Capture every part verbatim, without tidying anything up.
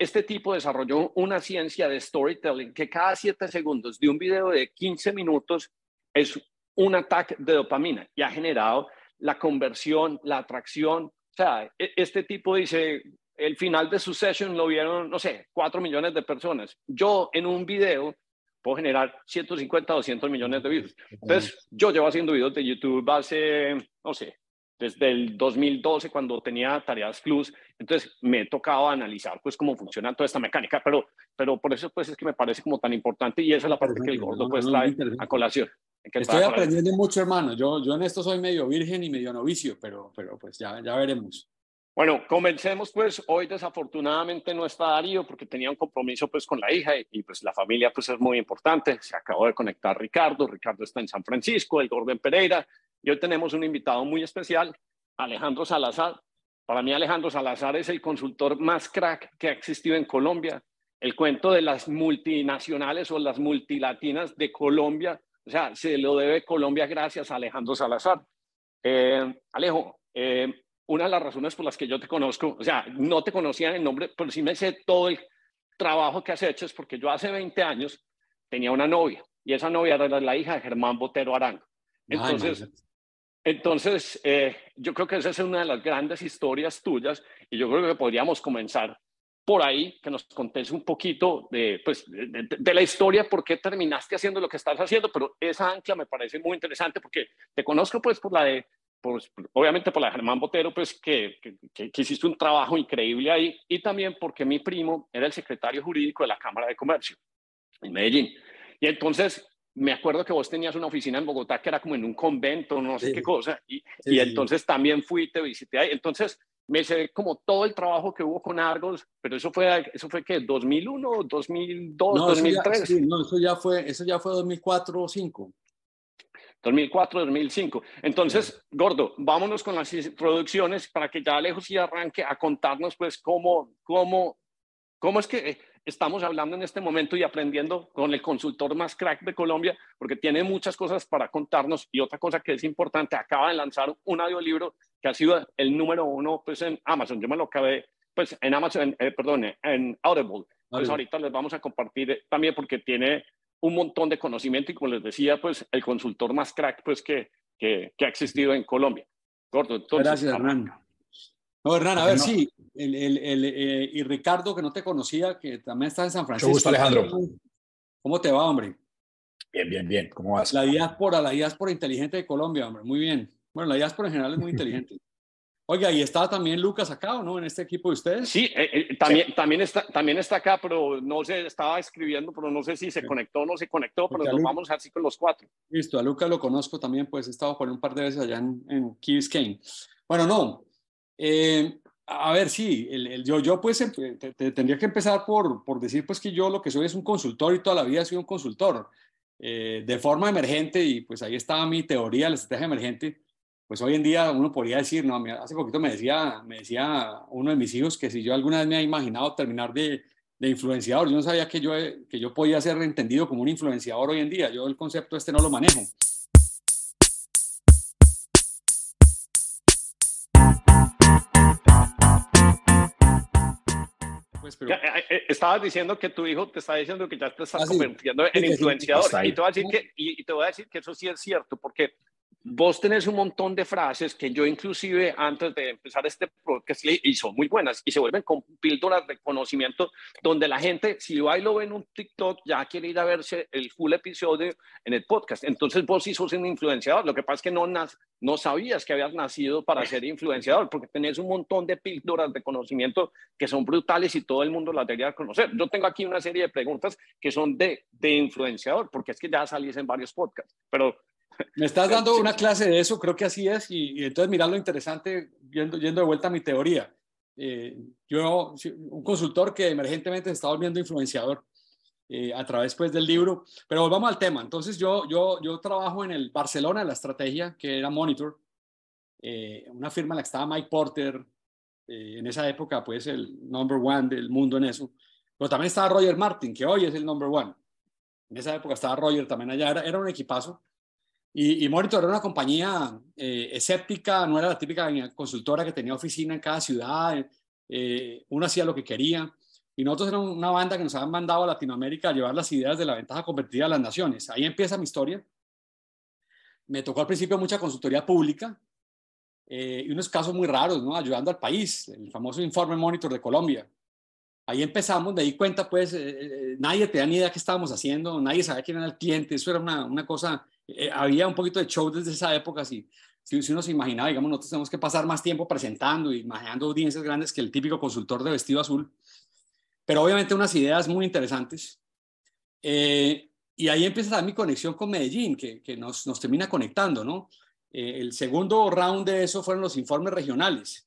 este tipo desarrolló una ciencia de storytelling que cada siete segundos de un video de quince minutos es un ataque de dopamina y ha generado la conversión, la atracción. O sea, este tipo dice, el final de su session lo vieron, no sé, cuatro millones de personas. Yo en un video puedo generar ciento cincuenta, doscientos millones de views. Entonces, yo llevo haciendo videos de YouTube hace, no sé, desde el dos mil doce, cuando tenía Tareas Plus. Entonces, me he tocado analizar pues cómo funciona toda esta mecánica, pero, pero por eso pues es que me parece como tan importante y esa es la parte que el gordo pues trae a colación. Estoy aprendiendo mucho, hermano. Yo, yo en esto soy medio virgen y medio novicio, pero, pero pues ya, ya veremos. Bueno, comencemos pues. Hoy desafortunadamente no está Darío porque tenía un compromiso pues con la hija y, y pues la familia pues es muy importante. Se acabó de conectar Ricardo. Ricardo está en San Francisco, el gordo en Pereira. Y hoy tenemos un invitado muy especial, Alejandro Salazar. Para mí Alejandro Salazar es el consultor más crack que ha existido en Colombia. El cuento de las multinacionales o las multilatinas de Colombia, o sea, se lo debe Colombia gracias a Alejandro Salazar. Eh, Alejo, eh, una de las razones por las que yo te conozco, o sea, no te conocía en el nombre, pero sí me sé todo el trabajo que has hecho, es porque yo hace veinte años tenía una novia y esa novia era la hija de Germán Botero Arango. Entonces, Ay, entonces eh, yo creo que esa es una de las grandes historias tuyas y yo creo que podríamos comenzar por ahí, que nos contés un poquito de, pues, de, de, de la historia, por qué terminaste haciendo lo que estás haciendo, pero esa ancla me parece muy interesante porque te conozco pues por la de, pues, obviamente por la de Germán Botero, pues que, que, que hiciste un trabajo increíble ahí, y también porque mi primo era el secretario jurídico de la Cámara de Comercio en Medellín. Y entonces me acuerdo que vos tenías una oficina en Bogotá que era como en un convento, no sé sí. qué cosa, y, sí, y entonces sí. también fui y te visité ahí. Entonces me sé como todo el trabajo que hubo con Argos, pero eso fue, eso fue ¿qué? ¿dos mil uno, dos mil dos, no, dos mil tres? Eso ya, sí, no, eso ya fue, eso ya fue dos mil cuatro o dos mil cinco. dos mil cuatro, dos mil cinco. Entonces, sí. Gordo, vámonos con las introducciones para que ya Alejo sí arranque a contarnos pues cómo, cómo, cómo es que estamos hablando en este momento y aprendiendo con el consultor más crack de Colombia, porque tiene muchas cosas para contarnos. Y otra cosa que es importante, acaba de lanzar un audiolibro que ha sido el número uno pues en Amazon. Yo me lo acabé pues en Amazon, eh, perdón, en Audible. Pues ahorita les vamos a compartir también porque tiene un montón de conocimiento y como les decía, pues el consultor más crack pues que, que, que ha existido en Colombia. Gordo, entonces. Gracias, Hernán. No, Hernán, a ver, no. sí, el, el, el, eh, y Ricardo, que no te conocía, que también está en San Francisco. Mucho gusto, Alejandro. ¿Cómo te va, hombre? Bien, bien, bien. ¿Cómo vas? La diáspora, la diáspora inteligente de Colombia, hombre, muy bien. Bueno, la diáspora en general es muy inteligente. Oiga, ¿y está también Lucas acá o no en este equipo de ustedes? Sí, eh, eh, también, sí. También, está, también está acá, pero no sé, estaba escribiendo, pero no sé si se sí. conectó o no se conectó, pero nos Luca, vamos así con los cuatro. Listo, a Lucas lo conozco también, pues he estado con un par de veces allá en, en Key Biscayne. Bueno, no, eh, a ver, sí, el, el, yo, yo pues te, te, tendría que empezar por, por decir pues que yo lo que soy es un consultor y toda la vida he sido un consultor eh, de forma emergente y pues ahí estaba mi teoría de la estrategia emergente. Pues hoy en día uno podría decir, no, hace poquito me decía, me decía uno de mis hijos que si yo alguna vez me había imaginado terminar de, de influenciador, yo no sabía que yo, que yo podía ser entendido como un influenciador hoy en día, yo el concepto este no lo manejo. Pues, pero... Estabas diciendo que tu hijo te está diciendo que ya te estás ah, convirtiendo sí. en sí, influenciador sí, y, te voy a decir que, y, y te voy a decir que eso sí es cierto, porque vos tenés un montón de frases que yo inclusive antes de empezar este podcast leí y son muy buenas y se vuelven con píldoras de conocimiento donde la gente si va y lo ve en un TikTok ya quiere ir a verse el full episodio en el podcast. Entonces vos sí sos un influenciador. Lo que pasa es que no, no sabías que habías nacido para ser influenciador porque tenés un montón de píldoras de conocimiento que son brutales y todo el mundo las debería conocer. Yo tengo aquí una serie de preguntas que son de, de influenciador porque es que ya salís en varios podcasts, pero me estás dando una clase de eso, creo que así es, y, y entonces mirad lo interesante, yendo, yendo de vuelta a mi teoría. Eh, yo, un consultor que emergentemente se está volviendo influenciador eh, a través pues, del libro, pero volvamos al tema. Entonces yo, yo, yo trabajo en el Barcelona, en la estrategia, que era Monitor, eh, una firma en la que estaba Mike Porter, eh, en esa época pues el number one del mundo en eso, pero también estaba Roger Martin, que hoy es el number one. En esa época estaba Roger también allá, era, era un equipazo. Y, y Monitor era una compañía eh, escéptica, no era la típica consultora que tenía oficina en cada ciudad, eh, uno hacía lo que quería. y nosotros éramos una banda que nos habían mandado a Latinoamérica a llevar las ideas de la ventaja competitiva a las naciones. Ahí empieza mi historia. Me tocó al principio mucha consultoría pública eh, y unos casos muy raros, ¿no? Ayudando al país, el famoso Informe Monitor de Colombia. Ahí empezamos, me di cuenta, pues, eh, eh, nadie tenía ni idea qué estábamos haciendo, nadie sabía quién era el cliente, eso era una, una cosa, eh, había un poquito de show desde esa época, si, si, si uno se imaginaba, digamos, nosotros tenemos que pasar más tiempo presentando y imaginando audiencias grandes que el típico consultor de vestido azul, pero obviamente unas ideas muy interesantes. Eh, y ahí empieza mi conexión con Medellín, que, que nos, nos termina conectando, ¿no? Eh, el segundo round de eso fueron los informes regionales,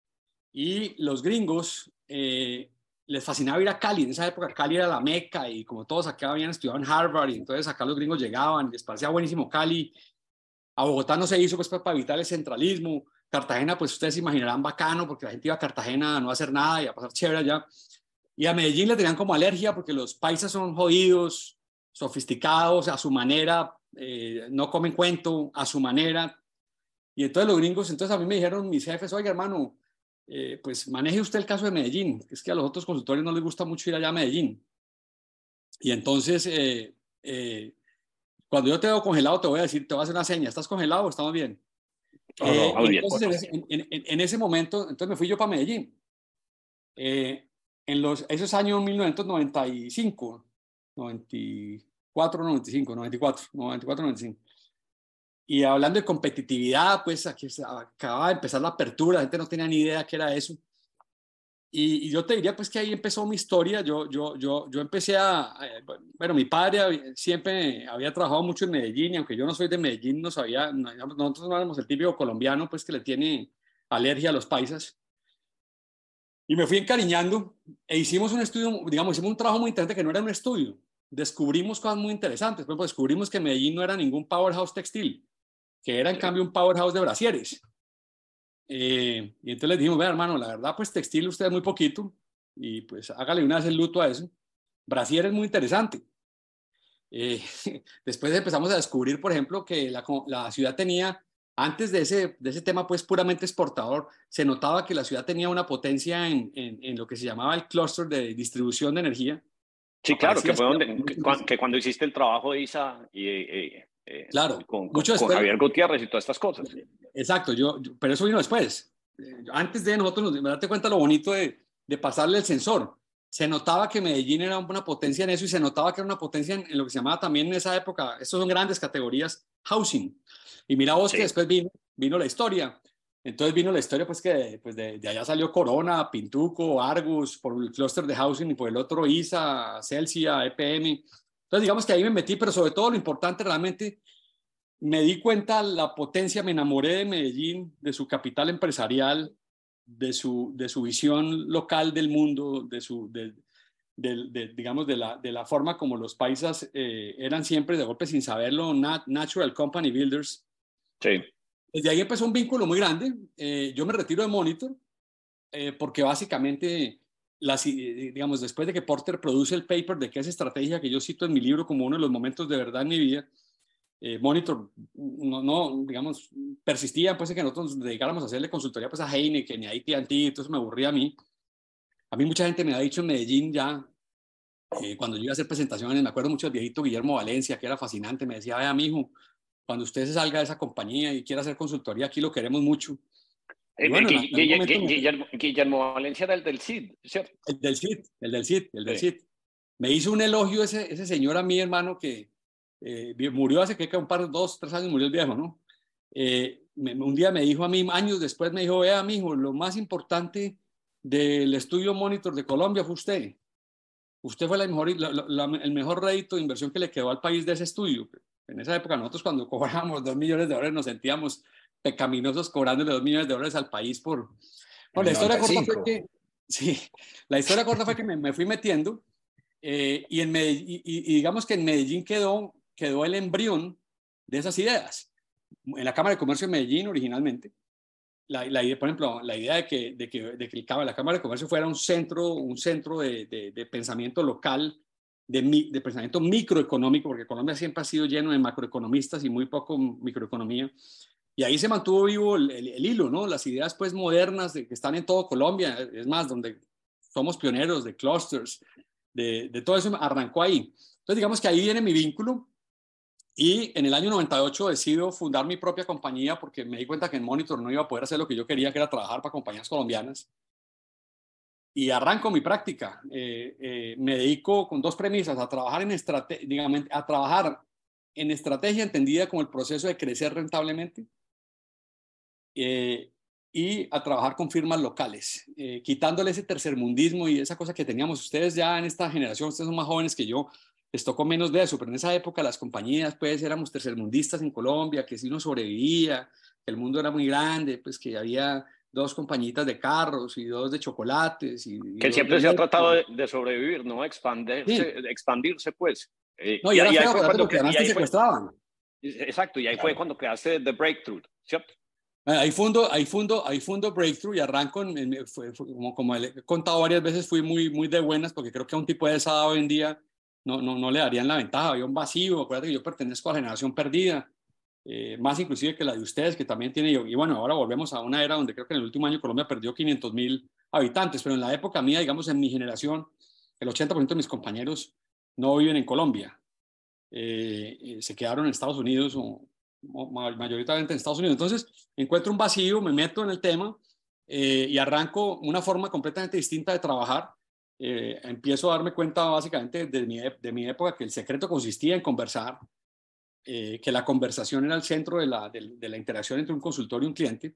y los gringos... Eh, les fascinaba ir a Cali. En esa época Cali era la meca y como todos acá habían estudiado en Harvard y entonces acá los gringos llegaban, les parecía buenísimo Cali. A Bogotá no se hizo pues para evitar el centralismo. Cartagena, pues ustedes se imaginarán bacano porque la gente iba a Cartagena a no hacer nada y a pasar chévere allá. Y a Medellín le tenían como alergia porque los paisas son jodidos, sofisticados, a su manera, eh, no comen cuento, a su manera. Y entonces los gringos, entonces a mí me dijeron mis jefes, oiga hermano, Eh, pues maneje usted el caso de Medellín, que es que a los otros consultores no les gusta mucho ir allá a Medellín. Y entonces, eh, eh, cuando yo te veo congelado, te voy a decir, te voy a hacer una seña, ¿estás congelado o estamos bien? Oh, Eh, no, y bien. entonces, en ese, en, en, en ese momento, entonces me fui yo para Medellín. Eh, en los, esos años mil novecientos noventa y cinco, noventa y cuatro, noventa y cinco, noventa y cuatro, noventa y cuatro, noventa y cinco. Y hablando de competitividad, pues aquí acababa de empezar la apertura, la gente no tenía ni idea qué era eso. Y, y yo te diría pues que ahí empezó mi historia. Yo, yo, yo, yo empecé a, a, bueno, mi padre siempre había trabajado mucho en Medellín y aunque yo no soy de Medellín, no sabía, no, nosotros no éramos el típico colombiano pues que le tiene alergia a los paisas. Y me fui encariñando e hicimos un estudio, digamos, hicimos un trabajo muy interesante que no era un estudio. Descubrimos cosas muy interesantes. Por ejemplo, descubrimos que Medellín no era ningún powerhouse textil, que era en cambio un powerhouse de brasieres. Eh, y entonces les dijimos, vea hermano, la verdad pues textil usted es muy poquito y pues hágale una vez el luto a eso. Brasier es muy interesante. Eh, después empezamos a descubrir, por ejemplo, que la, la ciudad tenía, antes de ese, de ese tema pues puramente exportador, se notaba que la ciudad tenía una potencia en, en, en lo que se llamaba el clúster de distribución de energía. Sí, claro, que fue donde, que, más... que cuando hiciste el trabajo de Isa y... Eh, Eh, claro, con, mucho con, después, con Javier Gutiérrez y todas estas cosas. Exacto, yo, yo pero eso vino después. Antes de nosotros, nos date cuenta lo bonito de, de pasarle el sensor. Se notaba que Medellín era una potencia en eso y se notaba que era una potencia en, en lo que se llamaba también en esa época, estos son grandes categorías, housing. Y mira vos sí. que después vino, vino la historia. Entonces vino la historia pues que pues de, de allá salió Corona, Pintuco, Argus, por el clúster de housing y por el otro ISA, Celsia, E P M. Entonces digamos que ahí me metí, pero sobre todo lo importante realmente, me di cuenta la potencia, me enamoré de Medellín, de su capital empresarial, de su, de su visión local del mundo, de su, de, de, de, digamos, de la, de la forma como los paisas eh, eran siempre, de golpe sin saberlo, nat, natural company builders. Sí. Desde ahí empezó un vínculo muy grande. Eh, yo me retiro de Monitor eh, porque básicamente... Las, digamos, después de que Porter produce el paper de qué es estrategia, que yo cito en mi libro como uno de los momentos de verdad en mi vida, eh, Monitor no, no, digamos, persistía pues en que nosotros nos dedicáramos a hacerle consultoría pues a Heineken y a A T and T, entonces me aburría a mí. A mí mucha gente me ha dicho en Medellín ya, eh, cuando yo iba a hacer presentaciones, me acuerdo mucho del viejito Guillermo Valencia, que era fascinante, me decía, vea mijo, cuando usted se salga de esa compañía y quiera hacer consultoría, aquí lo queremos mucho. Y bueno, eh, Guillermo, Guillermo, me... Guillermo Valencia era el del C I D, ¿cierto? El del C I D, el del C I D, el del sí. C I D. Me hizo un elogio ese, ese señor a mí, hermano, que eh, murió hace que un par, dos, tres años murió el viejo, ¿no? Eh, me, un día me dijo a mí, años después me dijo, vea, mijo, lo más importante del estudio Monitor de Colombia fue usted. Usted fue la mejor, la, la, el mejor rédito de inversión que le quedó al país de ese estudio. En esa época nosotros cuando cobrábamos dos millones de dólares nos sentíamos pecaminosos cobrándole dos millones de dólares al país por... Bueno, la historia corta fue que... Sí, la historia corta fue que me, me fui metiendo eh, y, en Medellín, y, y digamos que en Medellín quedó, quedó el embrión de esas ideas. En la Cámara de Comercio de Medellín originalmente, la, la idea, por ejemplo, la idea de que, de que, de que la Cámara de Comercio fuera un centro, un centro de, de, de pensamiento local, de, de pensamiento microeconómico, porque Colombia siempre ha sido lleno de macroeconomistas y muy poco microeconomía. Y ahí se mantuvo vivo el, el, el hilo, ¿no? Las ideas pues modernas de, que están en todo Colombia, es más, donde somos pioneros de clusters, de, de todo eso arrancó ahí. Entonces digamos que ahí viene mi vínculo y en el año noventa y ocho decido fundar mi propia compañía porque me di cuenta que en Monitor no iba a poder hacer lo que yo quería, que era trabajar para compañías colombianas. Y arranco mi práctica. Eh, eh, me dedico con dos premisas, a trabajar en estrate- digamos, a trabajar en estrategia entendida como el proceso de crecer rentablemente eh, y a trabajar con firmas locales, eh, quitándole ese tercermundismo y esa cosa que teníamos ustedes ya en esta generación. Ustedes son más jóvenes que yo, les tocó menos de eso, pero en esa época las compañías pues éramos tercermundistas en Colombia, que si uno sobrevivía, que el mundo era muy grande, pues que había dos compañitas de carros y dos de chocolates y, y Que dos de siempre se ha leche. tratado de, de sobrevivir, ¿no? Expandirse, Sí. expandirse, pues. Eh, No, y, y era y ahí feo fue cuando, porque y además te ahí fue, secuestraban. exacto, y ahí fue Claro. cuando creaste The Breakthrough, ¿cierto? Ahí fundo, ahí fundo, ahí fundo Breakthrough y arranco, en, en, fue, fue, como, como he contado varias veces, fui muy, muy de buenas porque creo que a un tipo de esa edad hoy en día no, no, no le darían la ventaja, había un vacío, acuérdate que yo pertenezco a la generación perdida, eh, más inclusive que la de ustedes que también tiene, y bueno, ahora volvemos a una era donde creo que en el último año Colombia perdió quinientos mil habitantes, pero en la época mía, digamos en mi generación, el ochenta por ciento de mis compañeros no viven en Colombia, eh, eh, se quedaron en Estados Unidos o mayoritariamente en Estados Unidos. Entonces encuentro un vacío, me meto en el tema eh, y arranco una forma completamente distinta de trabajar. Eh, empiezo a darme cuenta básicamente de mi, de mi época que el secreto consistía en conversar, eh, que la conversación era el centro de la, de, de la interacción entre un consultor y un cliente.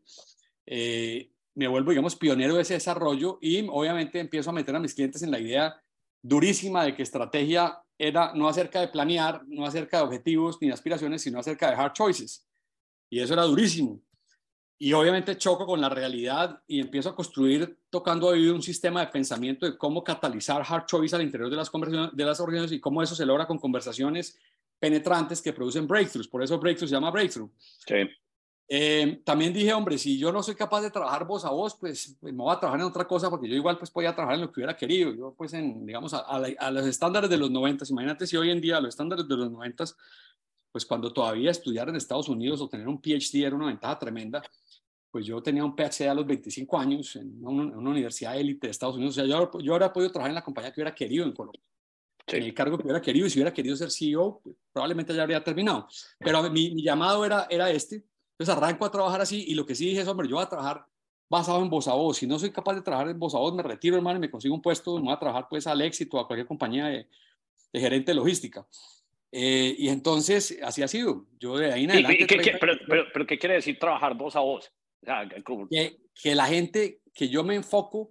Eh, me vuelvo, digamos, pionero de ese desarrollo y obviamente empiezo a meter a mis clientes en la idea durísima de que estrategia era no acerca de planear, no acerca de objetivos ni aspiraciones, sino acerca de hard choices. Y eso era durísimo. Y obviamente choco con la realidad y empiezo a construir, tocando a vivir un sistema de pensamiento de cómo catalizar hard choice al interior de las, de las organizaciones y cómo eso se logra con conversaciones penetrantes que producen breakthroughs. Por eso breakthrough se llama breakthrough. Sí. Eh, también dije, hombre, si yo no soy capaz de trabajar voz a voz, pues, pues me voy a trabajar en otra cosa porque yo igual pues podía trabajar en lo que hubiera querido. Yo pues en, digamos, a, a, la, a los estándares de los noventas, imagínate si hoy en día a los estándares de los noventas, pues cuando todavía estudiar en Estados Unidos o tener un P H D era una ventaja tremenda, pues yo tenía un P H D a los veinticinco años en una, en una universidad élite de Estados Unidos. O sea, yo, yo habría podido trabajar en la compañía que hubiera querido en Colombia. Sí. En el cargo que hubiera querido, y si hubiera querido ser C E O, pues, probablemente ya habría terminado. Pero mi, mi llamado era, era este. Entonces arranco a trabajar así y lo que sí dije es, hombre, yo voy a trabajar basado en voz a voz. Si no soy capaz de trabajar en voz a voz, me retiro, hermano, y me consigo un puesto, me voy a trabajar pues al éxito, a cualquier compañía de, de gerente de logística. Eh, y entonces así ha sido. Yo de ahí en adelante... ¿Y, y qué, qué, pero, pero, pero ¿qué quiere decir trabajar voz a voz? O sea, ¿cómo? Que, que la gente, que yo me enfoco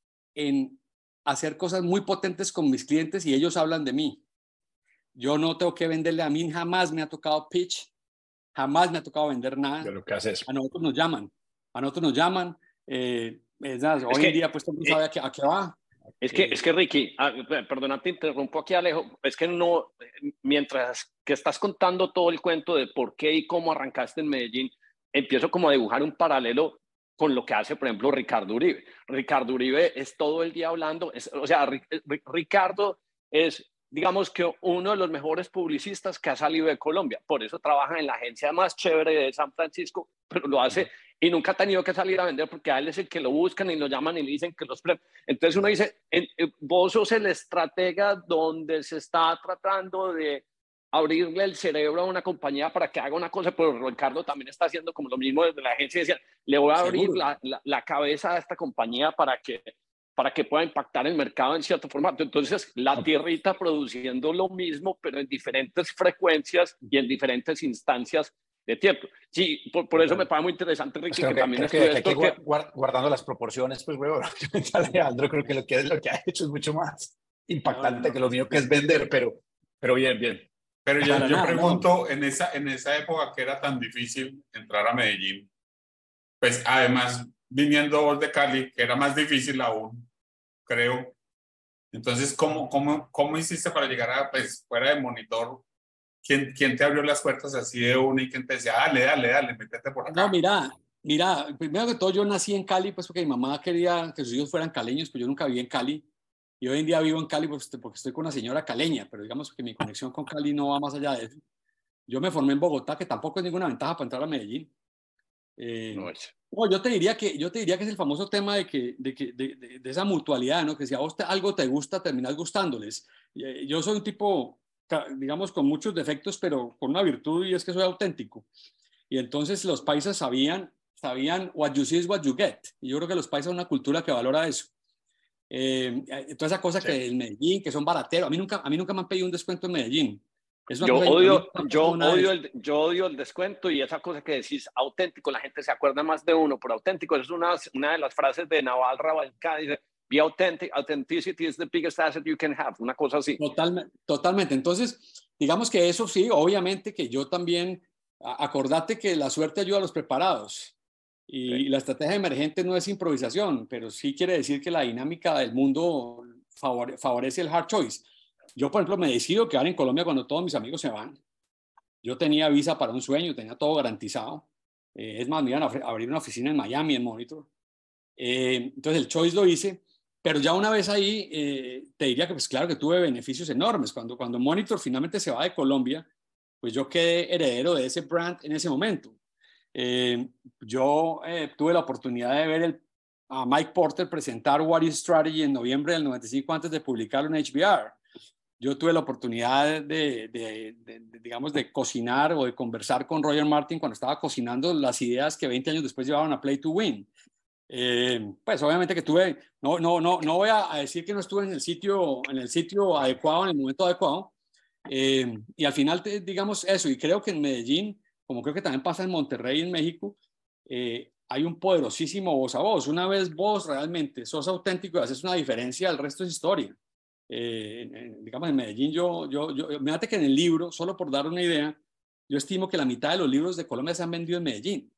en hacer cosas muy potentes con mis clientes y ellos hablan de mí. Yo no tengo que venderle, a mí jamás me ha tocado pitch, jamás me ha tocado vender nada. De lo que haces. A nosotros nos llaman, a nosotros nos llaman. Eh, es nada, hoy que, en día pues todo el mundo sabe eh, a, qué, a qué va. Es que, eh, es que Ricky, ah, perdona, te interrumpo aquí, Alejo, es que no, mientras que estás contando todo el cuento de por qué y cómo arrancaste en Medellín, empiezo como a dibujar un paralelo con lo que hace, por ejemplo, Ricardo Uribe. Ricardo Uribe es todo el día hablando, es, o sea, Ricardo es, digamos que uno de los mejores publicistas que ha salido de Colombia, por eso trabaja en la agencia más chévere de San Francisco, pero lo hace y nunca ha tenido que salir a vender porque a él es el que lo buscan y lo llaman y le dicen que los premios. Entonces uno dice, vos sos el estratega donde se está tratando de abrirle el cerebro a una compañía para que haga una cosa, pero Ricardo también está haciendo como lo mismo desde la agencia, decía, le voy a abrir la, la, la cabeza a esta compañía para que, para que pueda impactar el mercado en cierto formato. Entonces, la tierrita produciendo lo mismo, pero en diferentes frecuencias y en diferentes instancias de tiempo. Sí, por, por eso me parece muy interesante, Ricky, pues que, que también creo que, estudias que hay que porque... guard, guardando las proporciones, pues, huevón, Alejandro, creo que lo que, lo que ha hecho es mucho más impactante no, no, no, que lo mío, que es vender, pero, pero bien, bien. Pero yo, yo nada, pregunto, no. en, esa, en esa época que era tan difícil entrar a Medellín, pues además viniendo vos de Cali, que era más difícil aún, creo. Entonces, ¿cómo, cómo, cómo hiciste para llegar a, pues, fuera de Monitor? ¿Quién, ¿Quién te abrió las puertas así de una y quién te decía, dale, dale, dale, métete por acá? No, mira, mira, primero que todo yo nací en Cali, pues porque mi mamá quería que sus hijos fueran caleños, pues yo nunca viví en Cali. Y hoy en día vivo en Cali pues, porque estoy con una señora caleña, pero digamos que mi conexión con Cali no va más allá de eso. Yo me formé en Bogotá, que tampoco es ninguna ventaja para entrar a Medellín. Eh, No es. no, yo te diría que, yo te diría que es el famoso tema de, que, de, que, de, de, de esa mutualidad, ¿no? Que si a vos te, algo te gusta, terminas gustándoles. Eh, yo soy un tipo, digamos, con muchos defectos, pero con una virtud, y es que soy auténtico. Y entonces los paisas sabían, sabían what you see is what you get. Y yo creo que los paisas son una cultura que valora eso. Eh, toda esa cosa sí. Que en Medellín, que son barateros. A mí nunca, a mí nunca me han pedido un descuento en Medellín. Es una yo, cosa, odio, yo, odio el, yo odio el descuento y esa cosa que decís auténtico, la gente se acuerda más de uno por auténtico. Es una, una de las frases de Naval Ravalcada, dice, be authentic, authenticity is the biggest asset you can have, una cosa así. Totalmente, totalmente. Entonces, digamos que eso sí, obviamente que yo también, acordate que la suerte ayuda a los preparados y sí. La estrategia emergente no es improvisación, pero sí quiere decir que la dinámica del mundo favore, favorece el hard choice. Yo, por ejemplo, me decido quedar en Colombia cuando todos mis amigos se van. Yo tenía visa para un sueño, tenía todo garantizado. Eh, es más, me iban a abrir una oficina en Miami, en Monitor. Eh, entonces, el choice lo hice, pero ya una vez ahí, eh, te diría que, pues claro, que tuve beneficios enormes. Cuando, cuando Monitor finalmente se va de Colombia, pues yo quedé heredero de ese brand en ese momento. Eh, yo eh, tuve la oportunidad de ver el, a Mike Porter presentar What is Strategy en noviembre del noventa y cinco antes de publicarlo en H B R. Yo tuve la oportunidad de, de, de, de, digamos, de cocinar o de conversar con Roger Martin cuando estaba cocinando las ideas que veinte años después llevaban a Play to Win. Eh, pues obviamente que tuve, no, no, no, no voy a decir que no estuve en el sitio, en el sitio adecuado, en el momento adecuado. Eh, y al final, te, digamos eso, y creo que en Medellín, como creo que también pasa en Monterrey, en México, eh, hay un poderosísimo voz a voz. Una vez vos realmente sos auténtico y haces una diferencia, el resto es historia. Eh, en, digamos, en Medellín, yo, yo, yo, fíjate que en el libro, solo por dar una idea, yo estimo que la mitad de los libros de Colombia se han vendido en Medellín.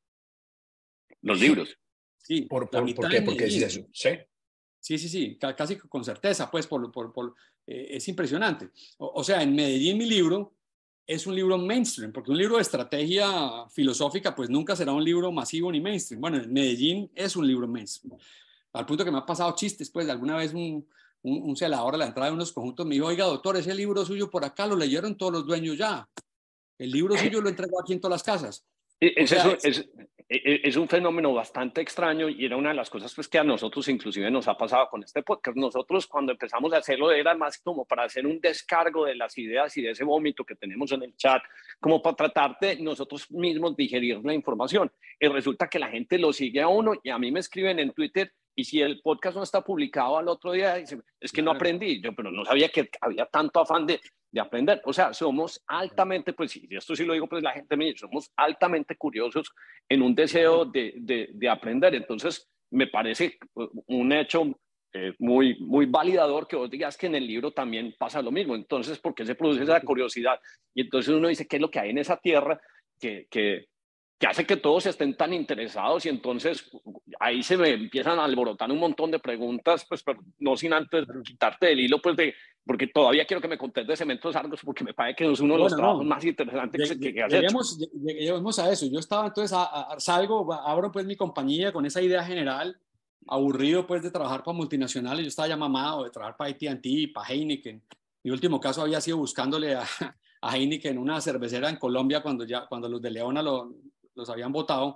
¿Los libros? Sí. ¿Por, por, ¿por qué? ¿Por qué dices eso? Sí. Sí, sí, sí, casi con certeza, pues, por, por, por, eh, es impresionante. O, o sea, en Medellín mi libro es un libro mainstream, porque un libro de estrategia filosófica, pues nunca será un libro masivo ni mainstream. Bueno, en Medellín es un libro mainstream. Al punto que me ha pasado chistes, pues, de alguna vez un... un, un celador a la entrada de unos conjuntos me dijo, oiga, doctor, ese libro suyo por acá lo leyeron todos los dueños ya. El libro suyo lo entregó aquí en todas las casas. Es, o sea, es, es, es un fenómeno bastante extraño y era una de las cosas pues, que a nosotros inclusive nos ha pasado con este podcast. Nosotros cuando empezamos a hacerlo era más como para hacer un descargo de las ideas y de ese vómito que tenemos en el chat, como para tratar de nosotros mismos digerir la información. Y resulta que la gente lo sigue a uno y a mí me escriben en Twitter y si el podcast no está publicado al otro día, dicen, es que no aprendí. Yo, pero no sabía que había tanto afán de... de aprender. O sea, somos altamente, pues, y esto sí lo digo, pues la gente me dice, somos altamente curiosos en un deseo de, de, de aprender. Entonces, me parece un hecho eh, muy, muy validador que vos digas que en el libro también pasa lo mismo. Entonces, ¿por qué se produce esa curiosidad? Y entonces uno dice, ¿qué es lo que hay en esa tierra que... que que hace que todos estén tan interesados y entonces ahí se me empiezan a alborotar un montón de preguntas, pues pero no sin antes quitarte del hilo, pues de, porque todavía quiero que me contes de Cementos Argos porque me parece que es uno de los bueno, trabajos no. más interesantes que, que, que has lleguemos, hecho. Lleguemos a eso. Yo estaba entonces, a, a, salgo, abro pues mi compañía con esa idea general, aburrido pues de trabajar para multinacionales, yo estaba ya mamado de trabajar para A T and T, para Heineken. Mi último caso había sido buscándole a, a Heineken una cervecera en Colombia cuando, ya, cuando los de Leona lo... los habían votado,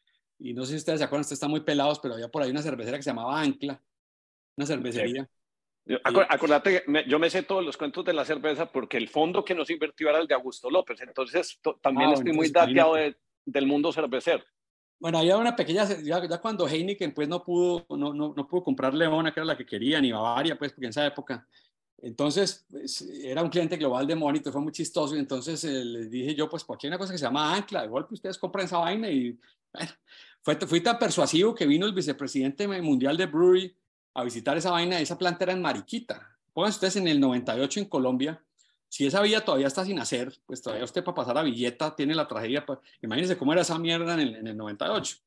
y no sé si ustedes se acuerdan, ustedes están muy pelados, pero había por ahí una cervecera que se llamaba Ancla, una cervecería. Sí. Acu acuérdate, me, yo me sé todos los cuentos de la cerveza porque el fondo que nos invirtió era el de Augusto López, entonces también ah, estoy entonces, muy dateado de, del mundo cervecero. Bueno, había una pequeña, ya, ya cuando Heineken pues no pudo, no, no, no pudo comprar Leona, que era la que quería, ni Bavaria, pues, porque en esa época... Entonces, pues, era un cliente global de Monitor, fue muy chistoso, y entonces eh, les dije yo, pues, ¿por qué hay una cosa que se llama Ancla? De golpe ustedes compran esa vaina y, bueno, fue, fui tan persuasivo que vino el vicepresidente mundial de Brewery a visitar esa vaina, esa planta era en Mariquita. Pónganse ustedes en el noventa y ocho en Colombia, si esa vía todavía está sin hacer, pues todavía usted para pasar a Villeta tiene la tragedia, pues, imagínense cómo era esa mierda en el, en el noventa y ocho.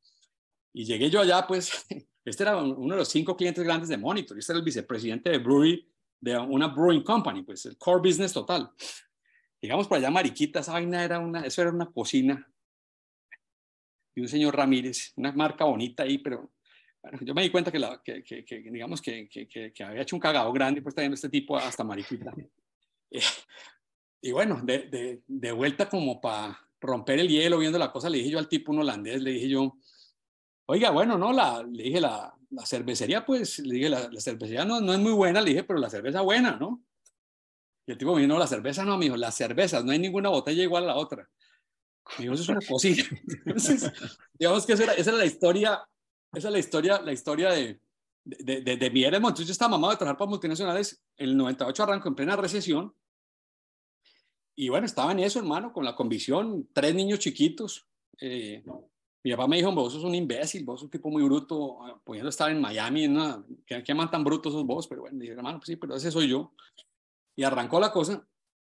Y llegué yo allá, pues, este era uno de los cinco clientes grandes de Monitor, este era el vicepresidente de Brewery, de una brewing company, pues el core business total. Llegamos por allá Mariquita, esa vaina era una, eso era una cocina de un señor Ramírez, una marca bonita ahí, pero bueno, yo me di cuenta que, la, que, que, que digamos que, que, que, que había hecho un cagado grande pues trayendo este tipo hasta Mariquita. Eh, y bueno, de, de, de vuelta como para romper el hielo, viendo la cosa, le dije yo al tipo un holandés, le dije yo, Oiga, bueno, no, la, le dije, la, la cervecería, pues, le dije, la, la cervecería no, no es muy buena, le dije, pero la cerveza buena, ¿no? Y el tipo me dijo, no, la cerveza no, me dijo, las cervezas, no hay ninguna botella igual a la otra. Me dijo, eso es una cosilla. Entonces, digamos que esa era, esa era la historia, esa es la historia, la historia de, de, de, de mi Eremo. Entonces yo estaba mamado de trabajar para multinacionales, en el noventa y ocho arrancó en plena recesión, y bueno, estaba en eso, hermano, con la convicción, tres niños chiquitos. Eh, mi papá me dijo, vos sos un imbécil, vos sos un tipo muy bruto, pudiendo estar en Miami, en una, ¿qué, qué man tan brutos sos vos? Pero bueno, dije, hermano, pues sí, pero ese soy yo. Y arrancó la cosa,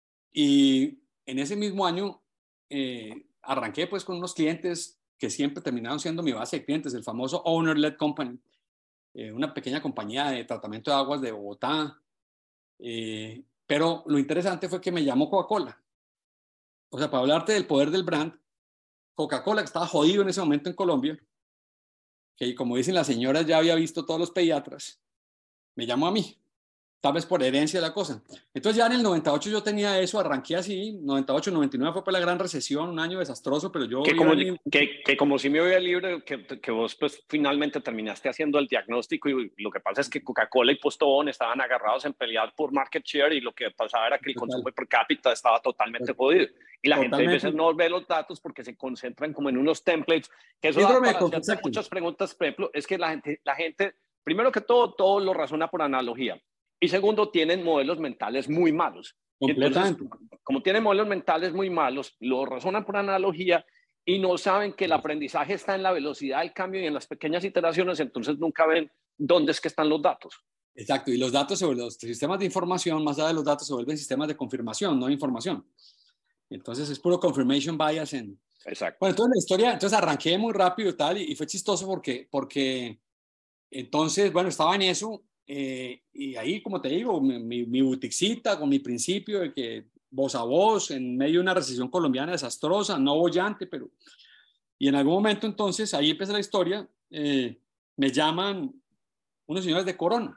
y en ese mismo año eh, arranqué pues con unos clientes que siempre terminaron siendo mi base de clientes, el famoso Owner-Led Company, eh, una pequeña compañía de tratamiento de aguas de Bogotá. Eh, pero lo interesante fue que me llamó Coca-Cola. O sea, para hablarte del poder del brand, Coca-Cola, que estaba jodido en ese momento en Colombia, que como dicen las señoras, ya había visto todos los pediatras, me llamó a mí, tal vez por herencia de la cosa. Entonces ya en el noventa y ocho yo tenía eso, arranqué así, noventa y ocho, noventa y nueve fue por la gran recesión, un año desastroso, pero yo... Que como, mi... que, que como si me oía el libro, que, que vos pues finalmente terminaste haciendo el diagnóstico y lo que pasa es que Coca-Cola y Postobón estaban agarrados en pelear por market share y lo que pasaba era que el Total. consumo per cápita estaba totalmente jodido. Y la Totalmente. gente a veces no ve los datos porque se concentran como en unos templates, que eso da para hacerte muchas preguntas. Por ejemplo, es que la gente, la gente, primero que todo, todo lo razona por analogía. Y segundo, tienen modelos mentales muy malos. Entonces, como tienen modelos mentales muy malos, lo razonan por analogía y no saben que el aprendizaje está en la velocidad del cambio y en las pequeñas iteraciones, entonces nunca ven dónde es que están los datos. Exacto, y los datos sobre los sistemas de información, más allá de los datos, se vuelven sistemas de confirmación, no de información. Entonces es puro confirmation bias. En... Exacto. Bueno, entonces la historia, entonces arranqué muy rápido y tal, y, y fue chistoso porque, porque entonces, bueno, estaba en eso. Eh, y ahí, como te digo, mi, mi, mi boutiquecita con mi principio de que voz a voz, en medio de una recesión colombiana desastrosa, no bollante, pero... Y en algún momento, entonces, ahí empieza la historia, eh, me llaman unos señores de Corona.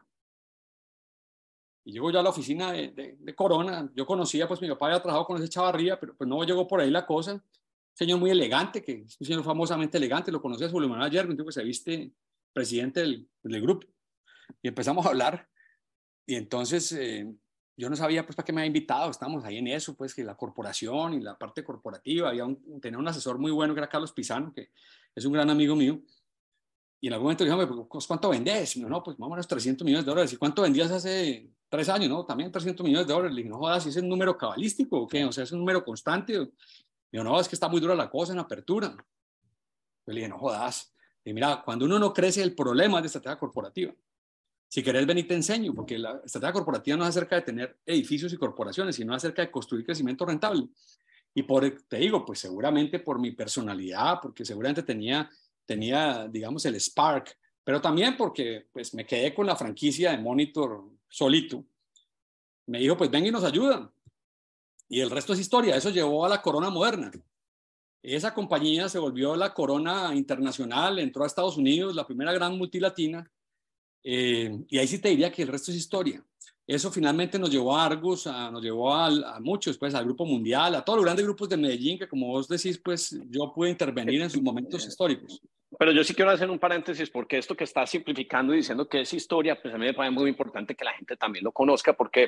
Y llego ya a la oficina de, de, de Corona. Yo conocía, pues mi papá había trabajado con ese Chavarría, pero pues no llegó por ahí la cosa. Un señor muy elegante, que es un señor famosamente elegante, lo conocía Julio Manuel ayer, un tipo que se viste presidente del, del grupo. Y empezamos a hablar, y entonces eh, yo no sabía pues para qué me había invitado, estábamos ahí en eso, pues que la corporación y la parte corporativa, había un, tenía un asesor muy bueno que era Carlos Pizano, que es un gran amigo mío, y en algún momento dije, pues, ¿cuánto vendés? Y yo, no, pues más o menos trescientos millones de dólares. ¿Y cuánto vendías hace tres años? No, también trescientos millones de dólares. Le dije, no jodas, ¿si es un número cabalístico o qué? O sea, ¿es un número constante? Y yo, no, es que está muy dura la cosa en apertura. Yo le dije, no jodas. Y mira, cuando uno no crece, el problema es de estrategia corporativa. Si querés venir te enseño, porque la estrategia corporativa no es acerca de tener edificios y corporaciones, sino acerca de construir crecimiento rentable. Y por, te digo, pues seguramente por mi personalidad, porque seguramente tenía, tenía, digamos, el spark, pero también porque pues me quedé con la franquicia de Monitor solito. Me dijo, pues ven y nos ayudan. Y el resto es historia. Eso llevó a la Corona Moderna. Esa compañía se volvió la Corona Internacional, entró a Estados Unidos, la primera gran multilatina. Eh, y ahí sí te diría que el resto es historia. Eso finalmente nos llevó a Argus, a, nos llevó a, a muchos, pues al Grupo Mundial, a todos los grandes grupos de Medellín, que como vos decís, pues yo pude intervenir en sus momentos históricos. Pero yo sí quiero hacer un paréntesis, porque esto que estás simplificando y diciendo que es historia, pues a mí me parece muy importante que la gente también lo conozca, porque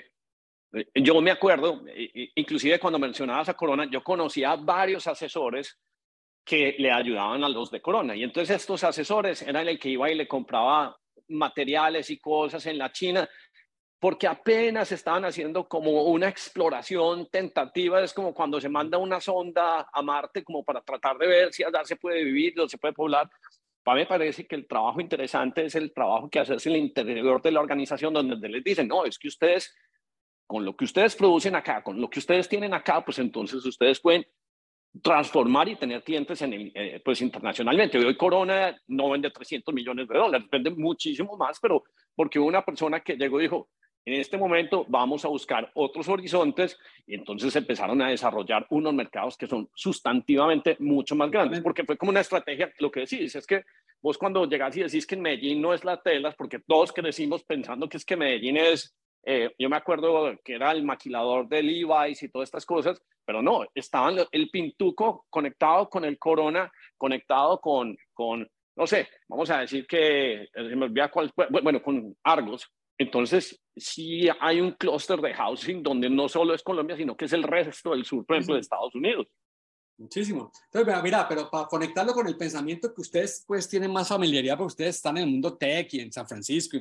yo me acuerdo, inclusive cuando mencionabas a Corona, yo conocía a varios asesores que le ayudaban a los de Corona, y entonces estos asesores eran el que iba y le compraba materiales y cosas en la China, porque apenas estaban haciendo como una exploración tentativa. Es como cuando se manda una sonda a Marte como para tratar de ver si allá se puede vivir o se puede poblar. Para mí me parece que el trabajo interesante es el trabajo que haces en el interior de la organización, donde les dicen, no, es que ustedes, con lo que ustedes producen acá, con lo que ustedes tienen acá, pues entonces ustedes pueden transformar y tener clientes en el, eh, pues internacionalmente. Hoy Corona no vende trescientos millones de dólares, vende muchísimo más, pero porque una persona que llegó y dijo, en este momento vamos a buscar otros horizontes, y entonces empezaron a desarrollar unos mercados que son sustantivamente mucho más grandes, porque fue como una estrategia. Lo que decís es que vos cuando llegás y decís que en Medellín no es la telas, porque todos crecimos pensando que es que Medellín es, eh, yo me acuerdo que era el maquilador de Levi's y todas estas cosas, pero no, estaban el Pintuco conectado con el Corona, conectado con, con no sé, vamos a decir que, se me olvida cuál fue, bueno, con Argos, entonces sí hay un clúster de housing donde no solo es Colombia, sino que es el resto del sur, por ejemplo, de Estados Unidos. Muchísimo. Entonces, mira, pero para conectarlo con el pensamiento que ustedes pues tienen más familiaridad, porque ustedes están en el mundo tech y en San Francisco.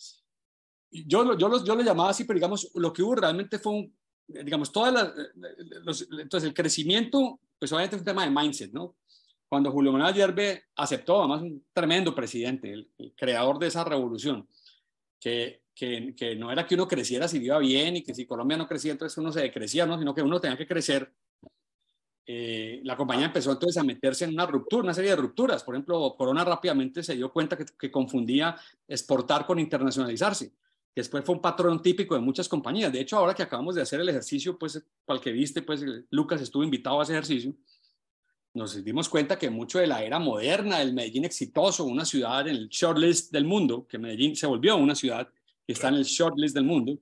Y yo, yo, lo, yo lo llamaba así, pero digamos, lo que hubo realmente fue un, digamos, todas las, los, entonces el crecimiento, pues obviamente es un tema de mindset, ¿no? Cuando Julio Manuel Ayerbe aceptó, además un tremendo presidente, el, el creador de esa revolución, que, que, que no era que uno creciera si iba bien y que si Colombia no crecía, entonces uno se decrecía, ¿no? Sino que uno tenía que crecer. Eh, la compañía empezó entonces a meterse en una ruptura, una serie de rupturas. Por ejemplo, Corona rápidamente se dio cuenta que, que confundía exportar con internacionalizarse, que después fue un patrón típico de muchas compañías. De hecho, ahora que acabamos de hacer el ejercicio, pues, para el que viste, pues, Lucas estuvo invitado a ese ejercicio, nos dimos cuenta que mucho de la era moderna, del Medellín exitoso, una ciudad en el shortlist del mundo, que Medellín se volvió una ciudad que está en el shortlist del mundo.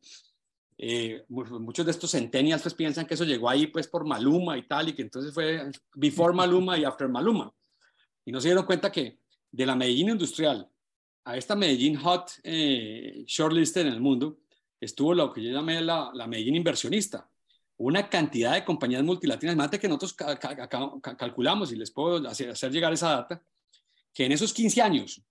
Eh, muchos de estos centennials pues piensan que eso llegó ahí pues por Maluma y tal, y que entonces fue before Maluma y after Maluma, y no se dieron cuenta que de la Medellín industrial a esta Medellín hot eh, shortlisted en el mundo estuvo lo que yo llamé la, la Medellín inversionista, una cantidad de compañías multilaterales, más de que nosotros ca ca ca calculamos, y les puedo hacer, hacer llegar esa data, que en esos quince años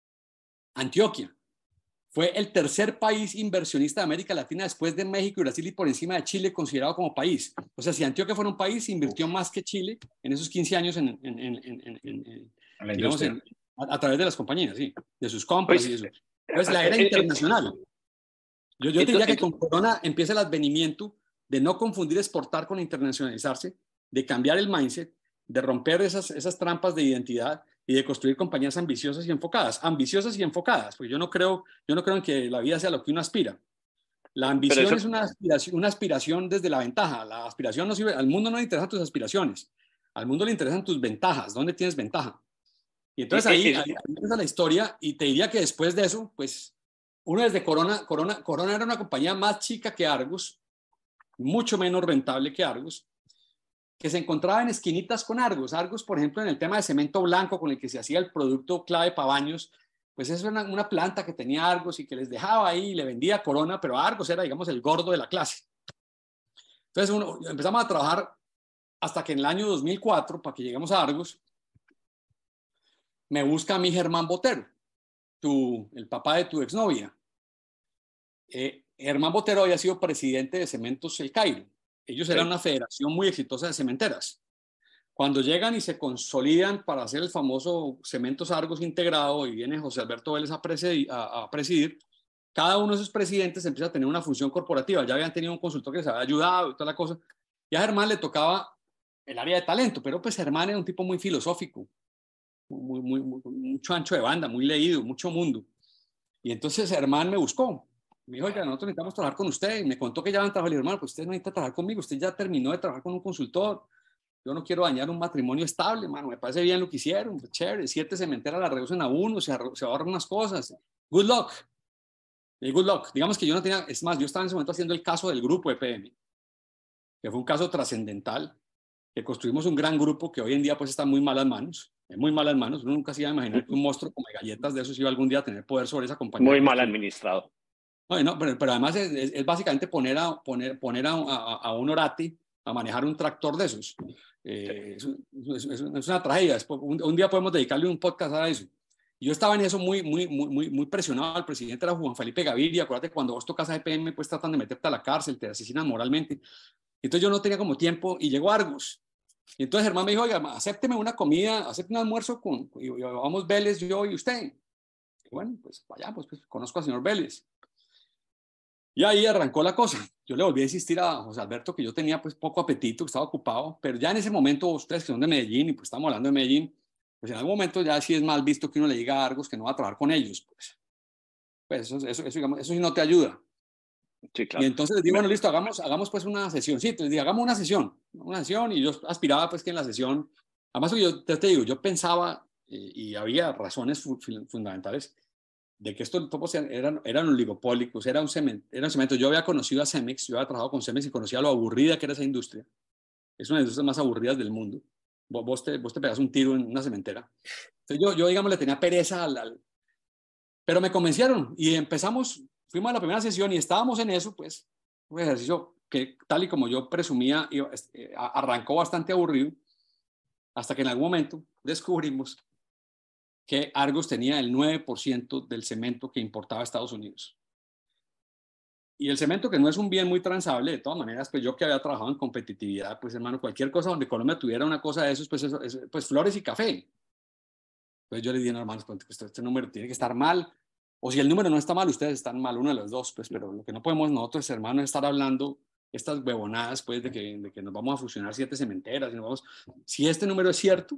Antioquia fue el tercer país inversionista de América Latina después de México y Brasil y por encima de Chile considerado como país. O sea, si Antioquia fuera un país, invirtió más que Chile en esos quince años en, en, en, en, en, en digamos, en, a, a través de las compañías, sí, de sus compras pues, y eso. Entonces, la era internacional. Yo, yo te diría que con Corona empieza el advenimiento de no confundir exportar con internacionalizarse, de cambiar el mindset, de romper esas, esas trampas de identidad y de construir compañías ambiciosas y enfocadas, ambiciosas y enfocadas, porque yo no creo, yo no creo en que la vida sea lo que uno aspira. La ambición eso... es una aspiración, una aspiración desde la ventaja. La aspiración no sirve, al mundo no le interesan tus aspiraciones, al mundo le interesan tus ventajas, ¿dónde tienes ventaja? Y entonces ahí, ahí, ahí empieza la historia, y te diría que después de eso, pues, uno desde Corona, Corona, Corona era una compañía más chica que Argos, mucho menos rentable que Argos, que se encontraba en esquinitas con Argos. Argos, por ejemplo, en el tema de cemento blanco con el que se hacía el producto clave para baños, pues es una, una planta que tenía Argos y que les dejaba ahí y le vendía a Corona, pero Argos era, digamos, el gordo de la clase. Entonces uno, empezamos a trabajar hasta que en el año dos mil cuatro, para que lleguemos a Argos, me busca a mí Germán Botero, tu, el papá de tu exnovia. Eh, Germán Botero había sido presidente de Cementos El Cairo. Ellos eran una federación muy exitosa de cementeras. Cuando llegan y se consolidan para hacer el famoso Cementos Argos integrado y viene José Alberto Vélez a presidir, a, a presidir, cada uno de esos presidentes empieza a tener una función corporativa. Ya habían tenido un consultor que les había ayudado y toda la cosa. Y a Germán le tocaba el área de talento, pero pues Germán era un tipo muy filosófico, muy, muy, muy, mucho ancho de banda, muy leído, mucho mundo. Y entonces Germán me buscó. Me dijo, oiga, nosotros necesitamos trabajar con usted. Y me contó que ya van a trabajar. Y hermano, pues usted no necesita trabajar conmigo. Usted ya terminó de trabajar con un consultor. Yo no quiero dañar un matrimonio estable, mano. Me parece bien lo que hicieron. Pues chévere. Siete cementeras la reducen a uno. Se, se ahorran unas cosas. Good luck. Y good luck. Digamos que yo no tenía... Es más, yo estaba en ese momento haciendo el caso del grupo E P M, que fue un caso trascendental, que construimos un gran grupo que hoy en día pues está en muy malas manos. En muy malas manos. Uno nunca se iba a imaginar que un monstruo como galletas de esos iba algún día a tener poder sobre esa compañía. Muy mal administrado. No, no, pero, pero además es, es, es básicamente poner, a, poner, poner a, a, a un orati a manejar un tractor de esos. Eh, sí. es, es, es una tragedia. Un, un día podemos dedicarle un podcast a eso. Yo estaba en eso muy, muy, muy, muy presionado. El presidente era Juan Felipe Gaviria. Acuérdate, cuando vos tocas a E P M, pues tratan de meterte a la cárcel, te asesinan moralmente. Entonces yo no tenía como tiempo y llegó Argos. Y entonces Germán me dijo, oiga, acépteme una comida, acépteme un almuerzo con, y, y vamos Vélez, yo y usted. Y bueno, pues vayamos, pues conozco al señor Vélez. Y ahí arrancó la cosa. Yo le volví a insistir a José Alberto que yo tenía pues poco apetito, que estaba ocupado, pero ya en ese momento, ustedes que son de Medellín y pues estamos hablando de Medellín, pues en algún momento ya sí es mal visto que uno le diga a Argos que no va a trabajar con ellos. Pues, pues eso, eso, eso, digamos, eso sí no te ayuda. Sí, claro. Y entonces les digo, bueno, listo, hagamos, hagamos pues una sesión. Sí, les digo, hagamos una sesión, una sesión, y yo aspiraba pues que en la sesión, además yo te, te digo, yo pensaba, eh, y había razones fu fundamentales, de que estos topos eran, eran oligopólicos, era un, cemento, era un cemento. Yo había conocido a Cemex, yo había trabajado con Cemex y conocía lo aburrida que era esa industria. Es una de las industrias más aburridas del mundo. vos, vos, te, vos te pegas un tiro en una cementera. Entonces yo, yo digamos, le tenía pereza al, al... Pero me convencieron y empezamos, fuimos a la primera sesión y estábamos en eso, pues, un ejercicio que tal y como yo presumía, iba, eh, arrancó bastante aburrido, hasta que en algún momento descubrimos que Argos tenía el nueve por ciento del cemento que importaba a Estados Unidos. Y el cemento, que no es un bien muy transable, de todas maneras, pues yo que había trabajado en competitividad, pues hermano, cualquier cosa donde Colombia tuviera una cosa de esos, pues, eso, eso, pues flores y café. Entonces yo le dije, no, hermanos, pues este, este número tiene que estar mal, o si el número no está mal, ustedes están mal, uno de los dos, pues, pero lo que no podemos nosotros, hermanos, es estar hablando estas huevonadas, pues, de que, de que nos vamos a fusionar siete cementeras, y nos vamos... Si este número es cierto,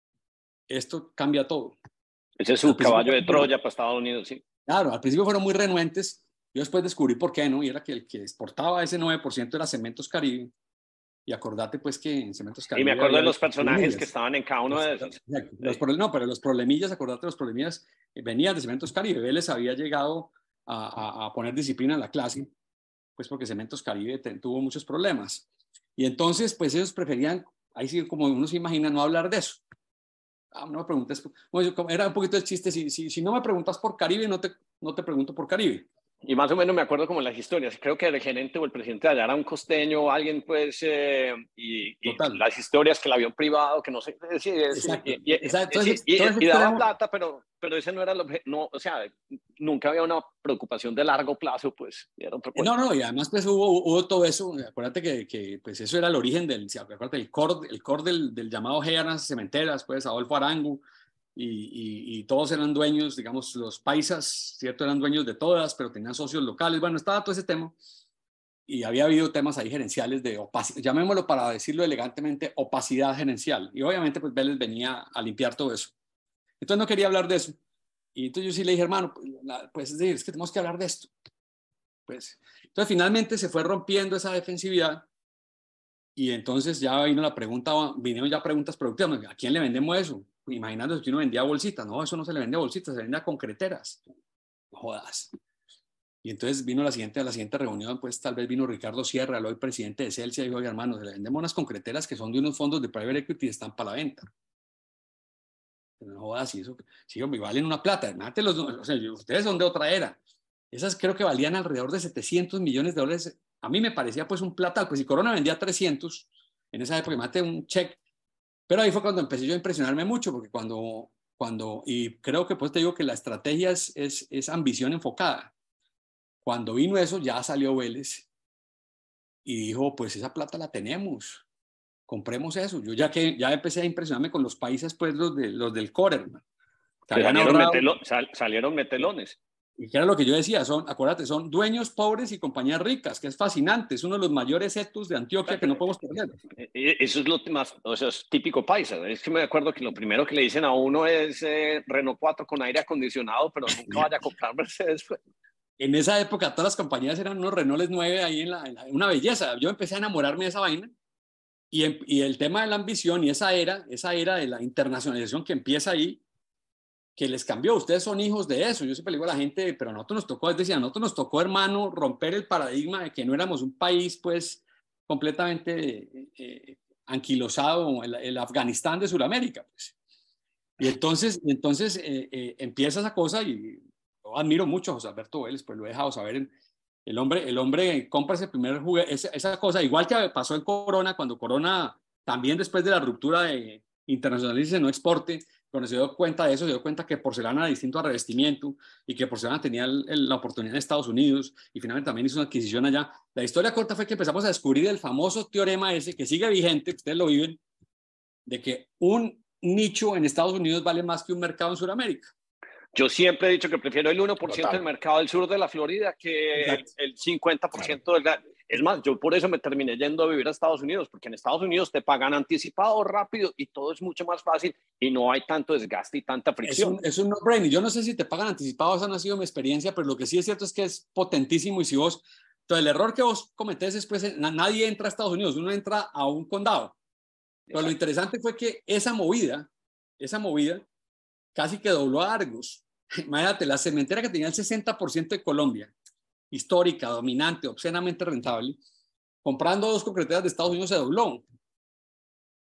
esto cambia todo. Ese es su caballo de Troya para Estados Unidos, sí. Claro, al principio fueron muy renuentes. Yo después descubrí por qué, ¿no? Y era que el que exportaba ese nueve por ciento era Cementos Caribe. Y acordate, pues, que en Cementos Caribe... Y me acuerdo de los personajes problemillas que estaban en cada uno de esos. Los, los, no, pero los problemillas, acordate, los problemillas venían de Cementos Caribe. Vélez había llegado a, a, a poner disciplina en la clase, pues porque Cementos Caribe te, tuvo muchos problemas. Y entonces, pues, ellos preferían, ahí sí, como uno se imagina, no hablar de eso. Ah, no me preguntes, bueno, era un poquito el chiste, si, si, si no me preguntas por Caribe, no te, no te pregunto por Caribe. Y más o menos me acuerdo como las historias, creo que el gerente o el presidente de allá era un costeño o alguien, pues, eh, y, y las historias que el avión privado, que no sé, sí, exacto, y, y, exacto. Y, Entonces, y, y, y daba extremo... plata, pero, pero ese no era el objetivo, no, o sea, nunca había una preocupación de largo plazo, pues. Era otro no, no, y además pues hubo, hubo todo eso, acuérdate que, que pues eso era el origen del, acuérdate, el core, el core del, del llamado Geanas Cementeras, pues, Adolfo Arango, Y, y, y todos eran dueños, digamos, los paisas, ¿cierto? Eran dueños de todas, pero tenían socios locales. Bueno, estaba todo ese tema. Y había habido temas ahí gerenciales de opacidad, llamémoslo para decirlo elegantemente, opacidad gerencial. Y obviamente, pues Vélez venía a limpiar todo eso. Entonces no quería hablar de eso. Y entonces yo sí le dije, hermano, pues es decir, es que tenemos que hablar de esto. Pues, entonces finalmente se fue rompiendo esa defensividad. Y entonces ya vino la pregunta, vinieron ya preguntas productivas. ¿A quién le vendemos eso? Imaginando que uno vendía bolsitas. No, eso no se le vende a bolsitas, se vende a concreteras. No jodas. Y entonces vino la siguiente, la siguiente reunión, pues tal vez vino Ricardo Sierra, el hoy presidente de Celsia, y dijo, oye, hermano, se le vendemos unas concreteras que son de unos fondos de private equity y están para la venta. Pero no jodas, y eso, sí, hombre, valen una plata. Los, o sea, ustedes son de otra era. Esas creo que valían alrededor de setecientos millones de dólares. A mí me parecía pues un platal, pues si Corona vendía trescientos, en esa época mate un check. Pero ahí fue cuando empecé yo a impresionarme mucho, porque cuando, cuando y creo que pues te digo que la estrategia es, es, es ambición enfocada. Cuando vino eso, ya salió Vélez y dijo, pues esa plata la tenemos, compremos eso. Yo ya que ya empecé a impresionarme con los países, pues los, de, los del core, hermano. Salieron, metelo, sal, salieron metelones. Y que era lo que yo decía, son, acuérdate, son dueños pobres y compañías ricas, que es fascinante, es uno de los mayores etos de Antioquia que no podemos perder. Eso es lo más, o sea, es típico paisa. Es que me acuerdo que lo primero que le dicen a uno es eh, Renault cuatro con aire acondicionado, pero nunca vaya a comprar Mercedes. En esa época todas las compañías eran unos Renault nueve ahí en, la, en la, una belleza. Yo empecé a enamorarme de esa vaina y, y el tema de la ambición y esa era, esa era de la internacionalización que empieza ahí, que les cambió. Ustedes son hijos de eso. Yo siempre le digo a la gente, pero a nosotros nos tocó, es decir, a nosotros nos tocó, hermano, romper el paradigma de que no éramos un país, pues, completamente eh, anquilosado, el, el Afganistán de Sudamérica, pues. Y entonces, entonces eh, eh, empieza esa cosa y yo admiro mucho a José Alberto Vélez, pues lo he dejado saber. En, el hombre, el hombre compra ese primer juguete, esa, esa cosa, igual que pasó en Corona, cuando Corona, también después de la ruptura de internacionalice, no exporte, cuando se dio cuenta de eso, se dio cuenta que porcelana era distinto a revestimiento y que porcelana tenía el, el, la oportunidad en Estados Unidos y finalmente también hizo una adquisición allá. La historia corta fue que empezamos a descubrir el famoso teorema ese que sigue vigente, ustedes lo viven, de que un nicho en Estados Unidos vale más que un mercado en Sudamérica. Yo siempre he dicho que prefiero el uno por ciento Total. Del mercado del sur de la Florida que el, el cincuenta por ciento claro. del... Es más, yo por eso me terminé yendo a vivir a Estados Unidos, porque en Estados Unidos te pagan anticipado, rápido, y todo es mucho más fácil y no hay tanto desgaste y tanta fricción. Es un, es un no-brainer. Yo no sé si te pagan anticipado, esa no ha sido mi experiencia, pero lo que sí es cierto es que es potentísimo y si vos... Entonces, el error que vos cometés es, pues, nadie entra a Estados Unidos, uno entra a un condado. Pero Exacto. Lo interesante fue que esa movida, esa movida casi que dobló a Argos. Imagínate, la cementera que tenía el sesenta por ciento de Colombia, histórica, dominante, obscenamente rentable, comprando dos concreteras de Estados Unidos se dobló.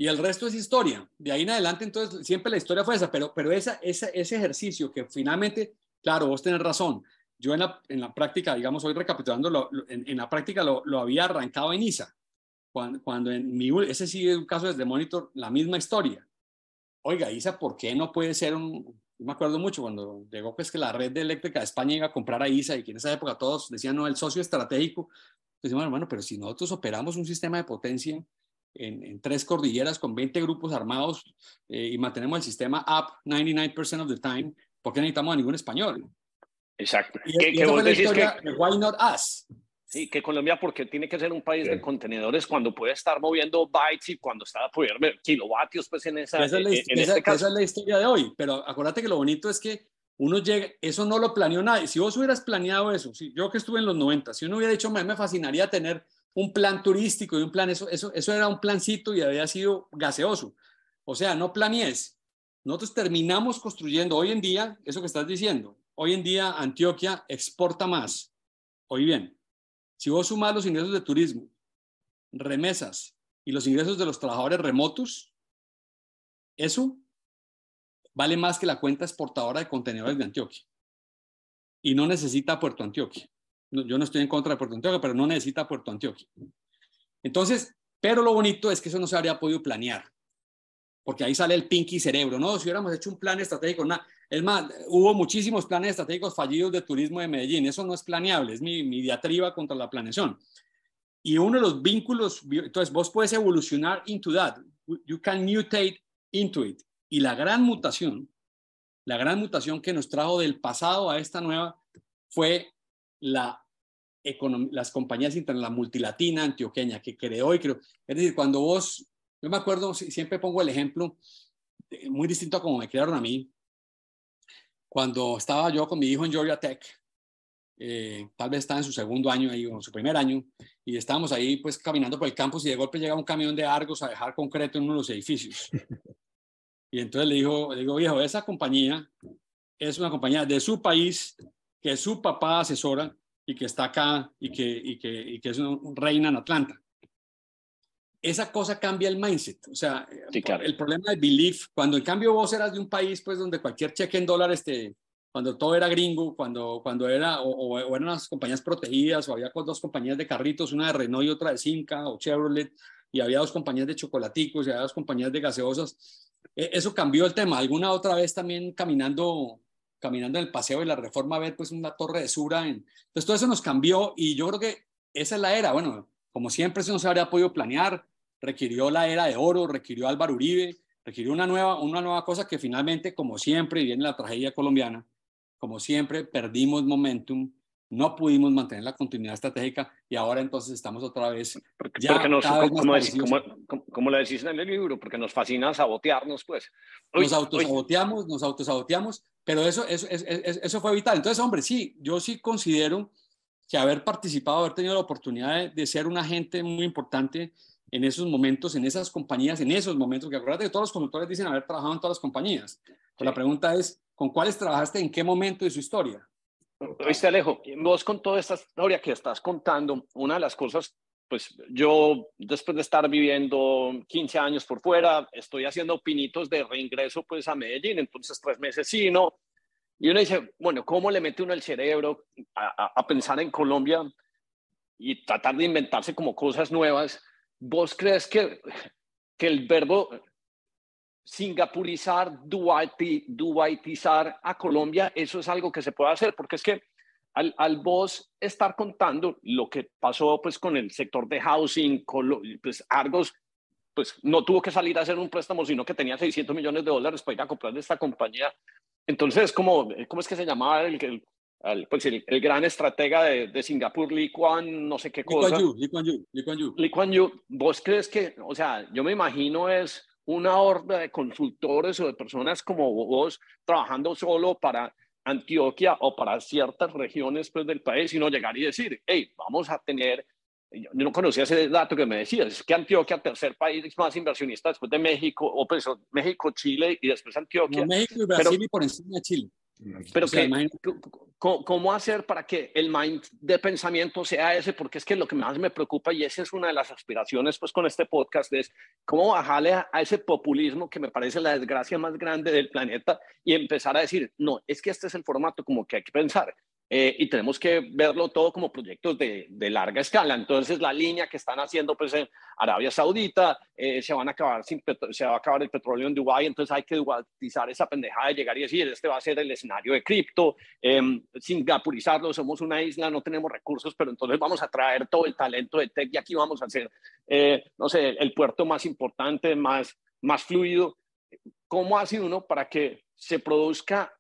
Y el resto es historia. De ahí en adelante, entonces, siempre la historia fue esa, pero, pero esa, esa, ese ejercicio que finalmente, claro, vos tenés razón. Yo en la, en la práctica, digamos, hoy recapitulando, lo, lo, en, en la práctica lo, lo había arrancado en I S A. Cuando, cuando en mi, ese sí es un caso desde Monitor, la misma historia. Oiga, I S A, ¿por qué no puede ser un...? Yo me acuerdo mucho cuando llegó pues que la red de eléctrica de España iba a comprar a I S A y que en esa época todos decían, no, el socio estratégico. Entonces, bueno, bueno, pero si nosotros operamos un sistema de potencia en, en tres cordilleras con veinte grupos armados eh, y mantenemos el sistema up noventa y nueve por ciento of the time, ¿por qué necesitamos a ningún español? Exacto. Y, que, y que esa vos fue la decís historia que, de Why Not Us. sí, que Colombia, porque tiene que ser un país Sí. de contenedores cuando puede estar moviendo bytes y cuando está pudiendo ver kilovatios, pues en, esa, Esa es, la, en, en esa, este caso. esa es la historia de hoy, pero acuérdate que lo bonito es que uno llega, eso no lo planeó nadie. Si vos hubieras planeado eso, si yo que estuve en los noventa, si uno hubiera dicho, me, me fascinaría tener un plan turístico y un plan, eso, eso, eso era un plancito y había sido gaseoso. O sea, no planees. Nosotros terminamos construyendo hoy en día, eso que estás diciendo, hoy en día Antioquia exporta más. Oye bien, si vos sumás los ingresos de turismo, remesas y los ingresos de los trabajadores remotos, eso vale más que la cuenta exportadora de contenedores de Antioquia. Y no necesita Puerto Antioquia. No, yo no estoy en contra de Puerto Antioquia, pero no necesita Puerto Antioquia. Entonces, pero lo bonito es que eso no se habría podido planear, porque ahí sale el pinky cerebro, ¿no? Si hubiéramos hecho un plan estratégico, nada. Es más, hubo muchísimos planes estratégicos fallidos de turismo de Medellín. Eso no es planeable, es mi, mi diatriba contra la planeación. Y uno de los vínculos, entonces vos puedes evolucionar into that. You can mutate into it. Y la gran mutación, la gran mutación que nos trajo del pasado a esta nueva fue la las compañías internas, la multilatina antioqueña que creó y creó. Es decir, cuando vos, yo me acuerdo, siempre pongo el ejemplo, muy distinto a como me crearon a mí, cuando estaba yo con mi hijo en Georgia Tech, eh, tal vez estaba en su segundo año ahí, o en su primer año, y estábamos ahí pues caminando por el campus y de golpe llega un camión de Argos a dejar concreto en uno de los edificios. Y entonces le digo, le digo, viejo, esa compañía es una compañía de su país que su papá asesora y que está acá y que, y que, y que es una reina en Atlanta. Esa cosa cambia el mindset. O sea, sí, claro. El problema del belief, cuando en cambio vos eras de un país pues donde cualquier cheque en dólares, te, cuando todo era gringo, cuando, cuando era, o, o, o eran las compañías protegidas, o había dos compañías de carritos, una de Renault y otra de Cinca o Chevrolet, y había dos compañías de chocolaticos, y había dos compañías de gaseosas. Eso cambió el tema. Alguna otra vez también caminando... caminando en el paseo de la Reforma a ver pues una torre de Sura. En... Entonces todo eso nos cambió y yo creo que esa es la era. Bueno, como siempre eso no se habría podido planear, requirió la era de oro, requirió Álvaro Uribe, requirió una nueva, una nueva cosa que finalmente, como siempre, y viene la tragedia colombiana, como siempre perdimos momentum, no pudimos mantener la continuidad estratégica y ahora entonces estamos otra vez porque, ya porque nos, cada vez más como, parecidos. como, como, como le decís en el libro, porque nos fascina sabotearnos, pues. Uy, nos autosaboteamos, uy. nos autosaboteamos, pero eso, eso, eso, eso fue vital. Entonces, hombre, sí, yo sí considero que haber participado, haber tenido la oportunidad de, de ser un agente muy importante en esos momentos, en esas compañías, en esos momentos, que acuérdate que todos los consultores dicen haber trabajado en todas las compañías. Pero sí. La pregunta es, ¿con cuáles trabajaste en qué momento de su historia? Oíste, Alejo, vos con toda esta historia que estás contando, una de las cosas, pues yo después de estar viviendo quince años por fuera, estoy haciendo pinitos de reingreso pues a Medellín, entonces tres meses sí, ¿no? Y uno dice, bueno, ¿cómo le mete uno el cerebro a, a, a pensar en Colombia y tratar de inventarse como cosas nuevas? ¿Vos crees que, que el verbo singapurizar, dubaiti, dubaitizar a Colombia, eso es algo que se puede hacer? Porque es que al, al vos estar contando lo que pasó pues con el sector de housing, pues Argos pues no tuvo que salir a hacer un préstamo, sino que tenía seiscientos millones de dólares para ir a comprar de esta compañía. Entonces, ¿cómo, cómo es que se llamaba el, el, el, pues el, el gran estratega de, de Singapur, Lee Kuan, no sé qué cosa? Lee Kuan Yew, Lee Kuan Yew. Lee Kuan Yew. ¿Vos crees que, o sea, yo me imagino es una horda de consultores o de personas como vos trabajando solo para Antioquia o para ciertas regiones pues, del país, sino llegar y decir, hey, vamos a tener... Yo no conocía ese dato que me decías, es que Antioquia, tercer país más inversionista después de México, o pues México, Chile y después Antioquia. No, México y Brasil pero, y por encima de Chile. Pero o sea, que, ¿Cómo, ¿Cómo hacer para que el mind de pensamiento sea ese? Porque es que lo que más me preocupa, y esa es una de las aspiraciones pues con este podcast, es cómo bajarle a, a ese populismo que me parece la desgracia más grande del planeta y empezar a decir, no, es que este es el formato como que hay que pensar. Eh, y tenemos que verlo todo como proyectos de, de larga escala. Entonces, la línea que están haciendo pues, en Arabia Saudita, eh, se, van a acabar sin se va a acabar el petróleo en Dubái, entonces hay que dualizar esa pendejada de llegar y decir, este va a ser el escenario de cripto, eh, singapurizarlo, somos una isla, no tenemos recursos, pero entonces vamos a traer todo el talento de tech y aquí vamos a hacer, eh, no sé, el puerto más importante, más, más fluido. ¿Cómo hace uno para que se produzca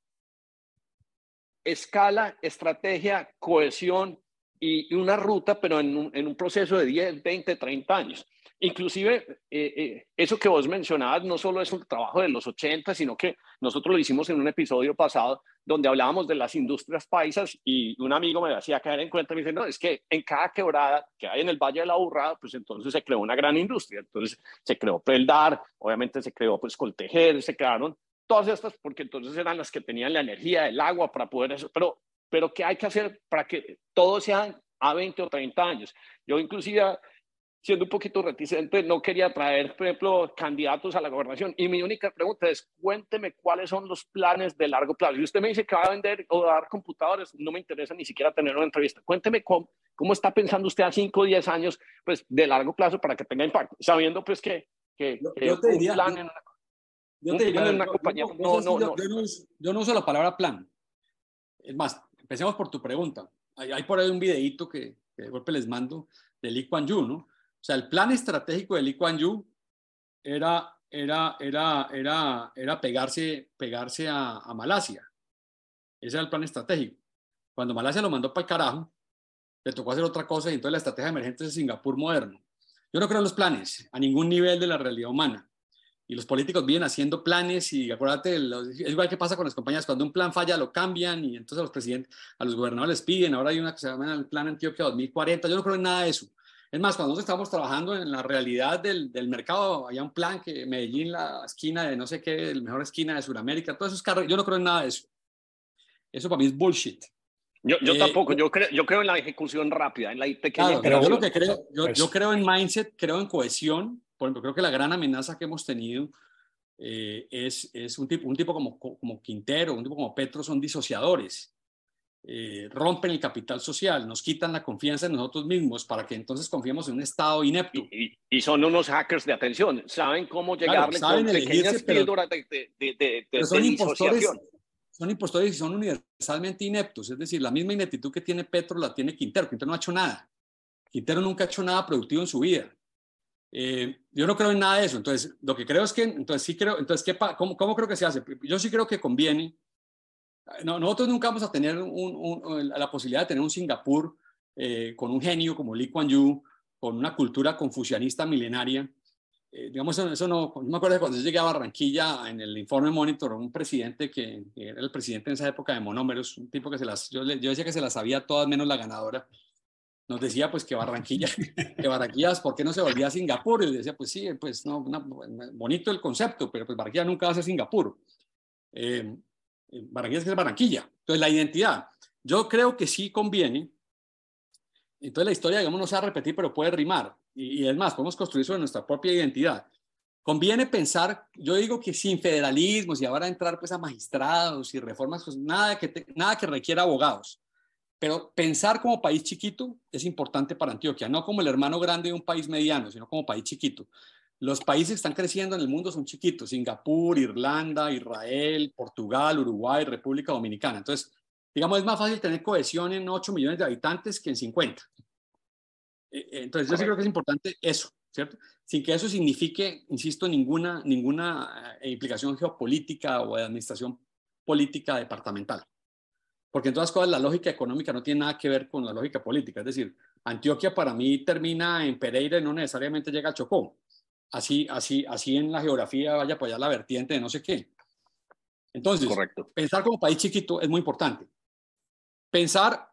escala, estrategia, cohesión y, y una ruta, pero en un, en un proceso de diez, veinte, treinta años? Inclusive, eh, eh, eso que vos mencionabas no solo es un trabajo de los ochenta, sino que nosotros lo hicimos en un episodio pasado donde hablábamos de las industrias paisas y un amigo me hacía caer en cuenta y me dice, no, es que en cada quebrada que hay en el Valle de la Aburrada, pues entonces se creó una gran industria. Entonces se creó Peldar, obviamente se creó pues Coltejer, se crearon todas estas, porque entonces eran las que tenían la energía, el agua para poder eso, pero, pero ¿qué hay que hacer para que todo sea a veinte o treinta años? Yo inclusive, siendo un poquito reticente, no quería traer, por ejemplo, candidatos a la gobernación, y mi única pregunta es, cuénteme cuáles son los planes de largo plazo. Si usted me dice que va a vender o dar computadores, no me interesa ni siquiera tener una entrevista. Cuénteme cómo, cómo está pensando usted a cinco o diez años, pues, de largo plazo para que tenga impacto, sabiendo pues que, que, yo, que yo te un diría, plan yo, en una Yo te diría, una yo, compañía, yo, no, no, no, no. Yo, no uso, yo no uso la palabra plan. Es más, empecemos por tu pregunta. Hay, hay por ahí un videíto que, que de golpe les mando de Lee Kuan Yew, ¿no? O sea, el plan estratégico de Lee Kuan Yew era, era, era, era, era pegarse, pegarse a, a Malasia. Ese era el plan estratégico. Cuando Malasia lo mandó para el carajo, le tocó hacer otra cosa y entonces la estrategia emergente es Singapur moderno. Yo no creo en los planes a ningún nivel de la realidad humana. Y los políticos vienen haciendo planes y acuérdate, es igual que pasa con las compañías, cuando un plan falla lo cambian y entonces a los presidentes, a los gobernadores les piden, ahora hay una que se llama el Plan Antioquia dos mil cuarenta, yo no creo en nada de eso. Es más, cuando nosotros estábamos trabajando en la realidad del, del mercado, había un plan que Medellín, la esquina de no sé qué, la mejor esquina de Sudamérica, todos esos carros, yo no creo en nada de eso. Eso para mí es bullshit. Yo, yo eh, tampoco, yo creo, yo creo en la ejecución rápida, en la pequeña claro, pero yo lo iteración. que creo, yo, Pues, yo creo en mindset, creo en cohesión, por ejemplo, creo que la gran amenaza que hemos tenido Eh, es, es un tipo, un tipo como, como Quintero, un tipo como Petro, son disociadores, eh, rompen el capital social, nos quitan la confianza en nosotros mismos para que entonces confiemos en un Estado inepto. Y, y, y son unos hackers de atención, saben cómo llegarle claro, saben con pequeñas elegirse, pero, píldoras de, de, de, de, pero de, son de impostores, disociación. son impostores y son universalmente ineptos, es decir, la misma ineptitud que tiene Petro la tiene Quintero. Quintero no ha hecho nada, Quintero nunca ha hecho nada productivo en su vida. Eh, yo no creo en nada de eso. Entonces, lo que creo es que, entonces sí creo, entonces, ¿qué, cómo, ¿cómo creo que se hace? Yo sí creo que conviene. No, nosotros nunca vamos a tener un, un, la posibilidad de tener un Singapur eh, con un genio como Lee Kuan Yew, con una cultura confucianista milenaria. Eh, digamos, eso, eso no, no me acuerdo de cuando yo llegué a Barranquilla en el informe Monitor, un presidente que, que era el presidente en esa época de monómeros, un tipo que se las, yo, yo decía que se las sabía todas menos la ganadora. Nos decía pues que Barranquilla, que Barranquilla, ¿por qué no se volvía a Singapur? Y decía, pues sí, pues no, no, bonito el concepto, pero pues Barranquilla nunca va a ser Singapur. Eh, Barranquilla es que es Barranquilla. Entonces la identidad, yo creo que sí conviene. Entonces la historia, digamos, no se va a repetir, pero puede rimar. Y, y es más, podemos construir sobre nuestra propia identidad. Conviene pensar, yo digo que sin federalismo, si ahora entrar pues a magistrados y reformas, pues nada que, te, nada que requiera abogados. Pero pensar como país chiquito es importante para Antioquia, no como el hermano grande de un país mediano, sino como país chiquito. Los países que están creciendo en el mundo son chiquitos, Singapur, Irlanda, Israel, Portugal, Uruguay, República Dominicana. Entonces, digamos, es más fácil tener cohesión en ocho millones de habitantes que en cincuenta. Entonces, yo sí creo que es importante eso, ¿cierto? Sin que eso signifique, insisto, ninguna, ninguna implicación geopolítica o de administración política departamental. Porque en todas cosas la lógica económica no tiene nada que ver con la lógica política. Es decir, Antioquia para mí termina en Pereira y no necesariamente llega a Chocó. Así, así, así en la geografía vaya para allá la vertiente de no sé qué. Entonces, correcto, pensar como país chiquito es muy importante. Pensar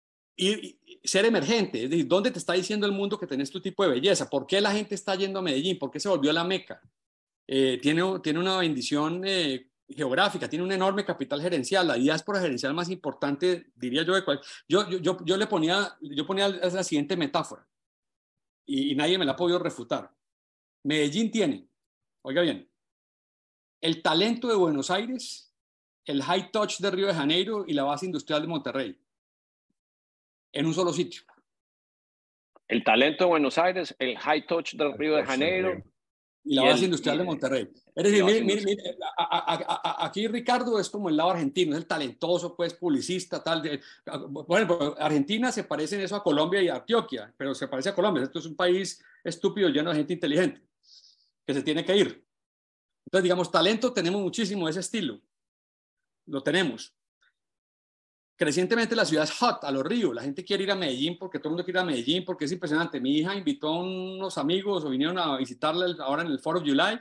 y, y ser emergente. Es decir, ¿dónde te está diciendo el mundo que tenés tu tipo de belleza? ¿Por qué la gente está yendo a Medellín? ¿Por qué se volvió la Meca? Eh, tiene, tiene una bendición eh, geográfica, tiene un enorme capital gerencial, la diáspora gerencial más importante, diría yo, de cual, yo, yo, yo, yo le ponía, yo ponía la siguiente metáfora, y, y nadie me la ha podido refutar. Medellín tiene, oiga bien, el talento de Buenos Aires, el high touch de Río de Janeiro y la base industrial de Monterrey, en un solo sitio. El talento de Buenos Aires, el high touch del Río de Janeiro. Y la y base el, industrial y, de Monterrey. Es decir, mire, mire, mire, a, a, a, a, aquí Ricardo es como el lado argentino, es el talentoso, pues, publicista, tal. De, por ejemplo, Argentina se parece en eso a Colombia y a Antioquia, pero se parece a Colombia. Esto es un país estúpido, lleno de gente inteligente, que se tiene que ir. Entonces, digamos, talento tenemos muchísimo de ese estilo. Lo tenemos. Crecientemente la ciudad es hot, a los ríos. La gente quiere ir a Medellín porque todo el mundo quiere ir a Medellín porque es impresionante. Mi hija invitó a unos amigos o vinieron a visitarla ahora en el Fourth of July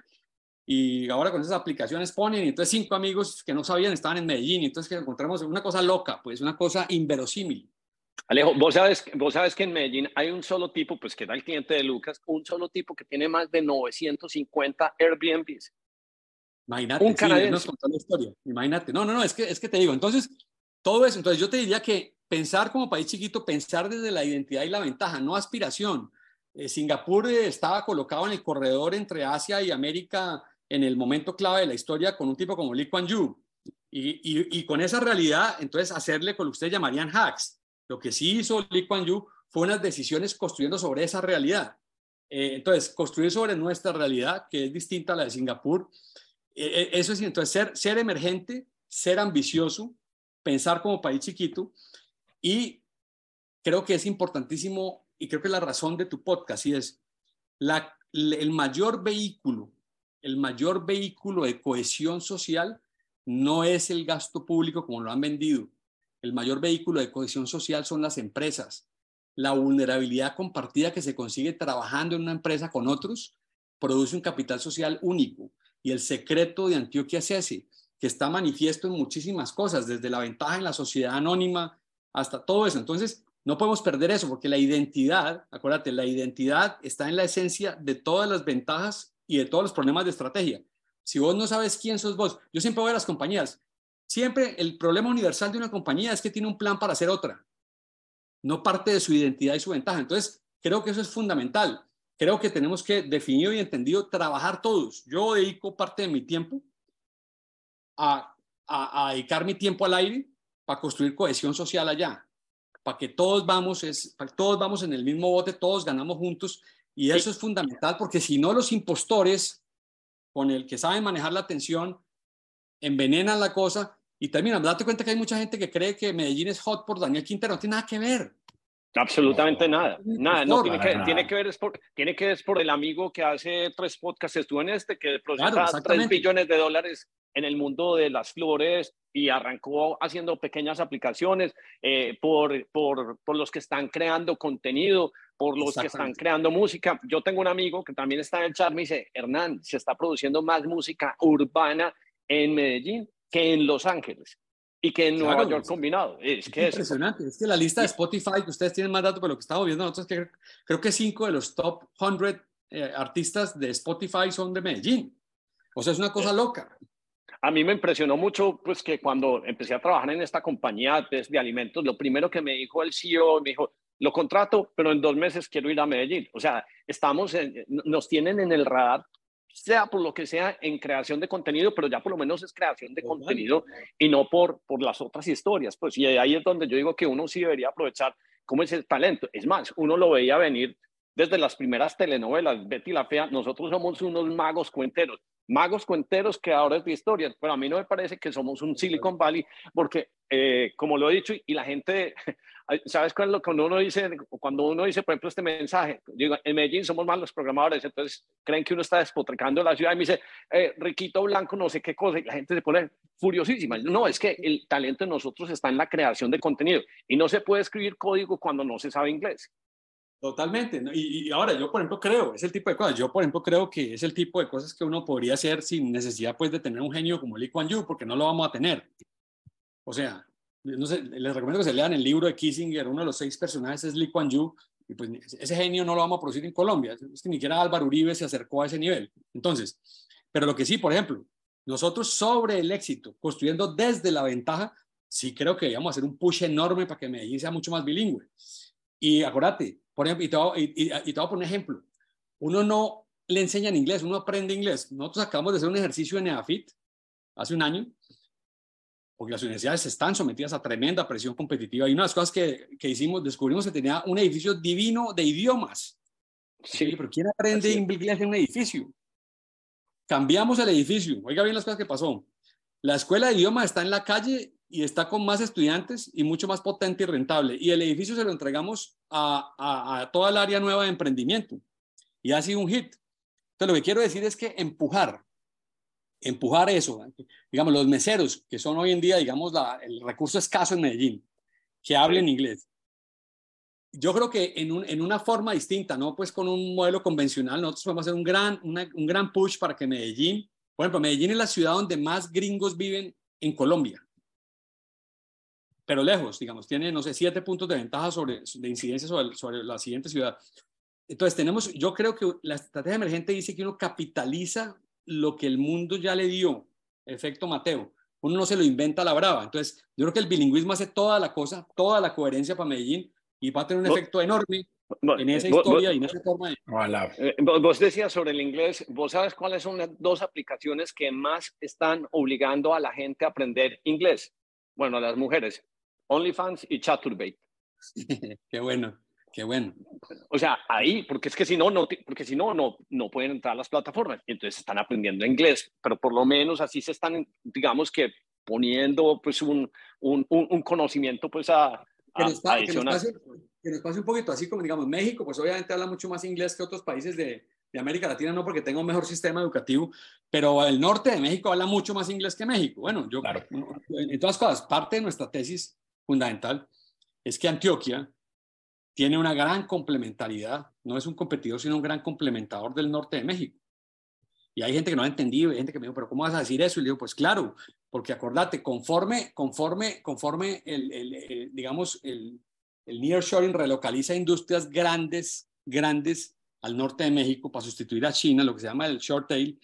y ahora con esas aplicaciones ponen, y entonces cinco amigos que no sabían estaban en Medellín, y entonces que encontramos una cosa loca, pues una cosa inverosímil. Alejo, vos sabes, vos sabes que en Medellín hay un solo tipo, pues que era el cliente de Lucas, un solo tipo que tiene más de novecientos cincuenta Airbnbs. Imagínate, un canadiense. Sí, nos contó la historia. Imagínate. No, no, no, es que, es que te digo, entonces, todo eso, entonces yo te diría que pensar como país chiquito, pensar desde la identidad y la ventaja, no aspiración. Eh, Singapur eh, estaba colocado en el corredor entre Asia y América en el momento clave de la historia con un tipo como Lee Kuan Yew. Y, y, y con esa realidad, entonces hacerle con lo que ustedes llamarían hacks. Lo que sí hizo Lee Kuan Yew fue unas decisiones construyendo sobre esa realidad. Eh, entonces, construir sobre nuestra realidad, que es distinta a la de Singapur. Eh, eso es, entonces, ser, ser emergente, ser ambicioso, pensar como país chiquito, y creo que es importantísimo, y creo que es la razón de tu podcast, y es la, el mayor vehículo, el mayor vehículo de cohesión social no es el gasto público como lo han vendido. El mayor vehículo de cohesión social son las empresas. La vulnerabilidad compartida que se consigue trabajando en una empresa con otros produce un capital social único. Y el secreto de Antioquia es ese, que está manifiesto en muchísimas cosas, desde la ventaja en la sociedad anónima hasta todo eso. Entonces, no podemos perder eso, porque la identidad, acuérdate, la identidad está en la esencia de todas las ventajas y de todos los problemas de estrategia. Si vos no sabes quién sos vos, yo siempre voy a las compañías, siempre el problema universal de una compañía es que tiene un plan para hacer otra, no parte de su identidad y su ventaja. Entonces, creo que eso es fundamental. Creo que tenemos que, definido y entendido, trabajar todos. Yo dedico parte de mi tiempo a, a, a dedicar mi tiempo al aire para construir cohesión social allá, para que todos vamos, es, para que todos vamos en el mismo bote, todos ganamos juntos, y eso es fundamental, porque si no, los impostores, con el que saben manejar la atención, envenenan la cosa y terminan. Date cuenta que hay mucha gente que cree que Medellín es hot por Daniel Quintero, no tiene nada que ver. Absolutamente no, nada, nada, no, tiene que, nada. tiene que ver es por, tiene que ver es por el amigo que hace tres podcasts, estuvo en este, que procesa Claro, tres billones de dólares en el mundo de las flores y arrancó haciendo pequeñas aplicaciones, eh, por, por, por los que están creando contenido, por los que están creando música. Yo tengo un amigo que también está en el chat, me dice, Hernán, se está produciendo más música urbana en Medellín que en Los Ángeles y que en Claro, Nueva York combinado. Es, es que impresionante. Es, es que la lista de Spotify, que ustedes tienen más datos, pero lo que estamos viendo nosotros, que creo que cinco de los top cien eh, artistas de Spotify son de Medellín. O sea, es una cosa loca. A mí me impresionó mucho, pues, que cuando empecé a trabajar en esta compañía de, de alimentos, lo primero que me dijo el C E O, me dijo, lo contrato, pero en dos meses quiero ir a Medellín. O sea, estamos en, nos tienen en el radar, sea por lo que sea, en creación de contenido, pero ya por lo menos es creación de Total. contenido y no por, por las otras historias. Pues, y ahí es donde yo digo que uno sí debería aprovechar cómo es el talento. Es más, uno lo veía venir desde las primeras telenovelas, Betty la Fea. Nosotros somos unos magos cuenteros, magos cuenteros creadores de historias, pero a mí no me parece que somos un Silicon Valley, porque, eh, como lo he dicho, y la gente, ¿sabes cuál es lo que uno dice? Cuando uno dice, por ejemplo, este mensaje, digo, en Medellín somos más los programadores, entonces creen que uno está despotricando la ciudad y me dice, eh, Riquito Blanco, no sé qué cosa, y la gente se pone furiosísima. No, es que el talento de nosotros está en la creación de contenido, y no se puede escribir código cuando no se sabe inglés. Totalmente. ¿no? Y, y ahora yo, por ejemplo, creo, es el tipo de cosas, yo, por ejemplo, creo que es el tipo de cosas que uno podría hacer sin necesidad, pues, de tener un genio como Lee Kuan Yew, porque no lo vamos a tener. O sea, no sé, les recomiendo que se lean el libro de Kissinger, uno de los seis personajes es Lee Kuan Yew, y pues ese genio no lo vamos a producir en Colombia, es que ni siquiera Álvaro Uribe se acercó a ese nivel. Entonces, pero lo que sí, por ejemplo, Nosotros sobre el éxito, construyendo desde la ventaja, sí creo que debíamos hacer un push enorme para que Medellín sea mucho más bilingüe. Y acuérdate, por ejemplo, y te, voy, y, y, y te voy a poner un ejemplo. Uno no le enseña en inglés, uno aprende inglés. Nosotros acabamos de hacer un ejercicio en EAFIT hace un año, porque las universidades están sometidas a tremenda presión competitiva. Y una de las cosas que, que hicimos, descubrimos que tenía un edificio divino de idiomas. Sí, pero ¿quién aprende inglés en un edificio? Cambiamos el edificio. Oiga bien las cosas que pasó. La escuela de idiomas está en la calle y está con más estudiantes y mucho más potente y rentable. Y el edificio se lo entregamos a, a, a toda el área nueva de emprendimiento. Y ha sido un hit. Entonces, lo que quiero decir es que empujar, empujar eso, digamos, los meseros, que son hoy en día, digamos, la, el recurso escaso en Medellín, que hablen inglés. Yo creo que en, un, en una forma distinta, no pues con un modelo convencional, nosotros podemos hacer un gran, una, un gran push para que Medellín, por ejemplo, Medellín es la ciudad donde más gringos viven en Colombia, pero lejos, digamos, tiene, no sé, siete puntos de ventaja sobre, de incidencia sobre, sobre la siguiente ciudad. Entonces tenemos, yo creo que la estrategia emergente dice que uno capitaliza lo que el mundo ya le dio, efecto Mateo, uno no se lo inventa a la brava. Entonces yo creo que el bilingüismo hace toda la cosa, toda la coherencia para Medellín, y va a tener un vos, efecto enorme vos, en esa vos, historia vos, y en esa forma de... Voilà. Eh, vos decías sobre el inglés, ¿vos sabes cuáles son las dos aplicaciones que más están obligando a la gente a aprender inglés? Bueno, a las mujeres, OnlyFans y Chaturbate. Qué bueno, qué bueno. O sea, ahí, porque es que si no, no, porque si no, no, no pueden entrar a las plataformas. Entonces están aprendiendo inglés, pero por lo menos así se están, digamos que poniendo pues un, un, un, un conocimiento pues a... Que nos, pa, que, nos pase, que nos pase un poquito, así como digamos México, pues obviamente habla mucho más inglés que otros países de, de América Latina, no porque tenga un mejor sistema educativo, pero el norte de México habla mucho más inglés que México. Bueno, yo, claro. En todas cosas, parte de nuestra tesis fundamental es que Antioquia tiene una gran complementariedad, no es un competidor, sino un gran complementador del norte de México. Y hay gente que no ha entendido, hay gente que me dijo, pero ¿cómo vas a decir eso? Y le digo, pues claro, porque acordate, conforme, conforme, conforme el, el, el, digamos, el, el nearshoring relocaliza industrias grandes, grandes al norte de México para sustituir a China, lo que se llama el short tail,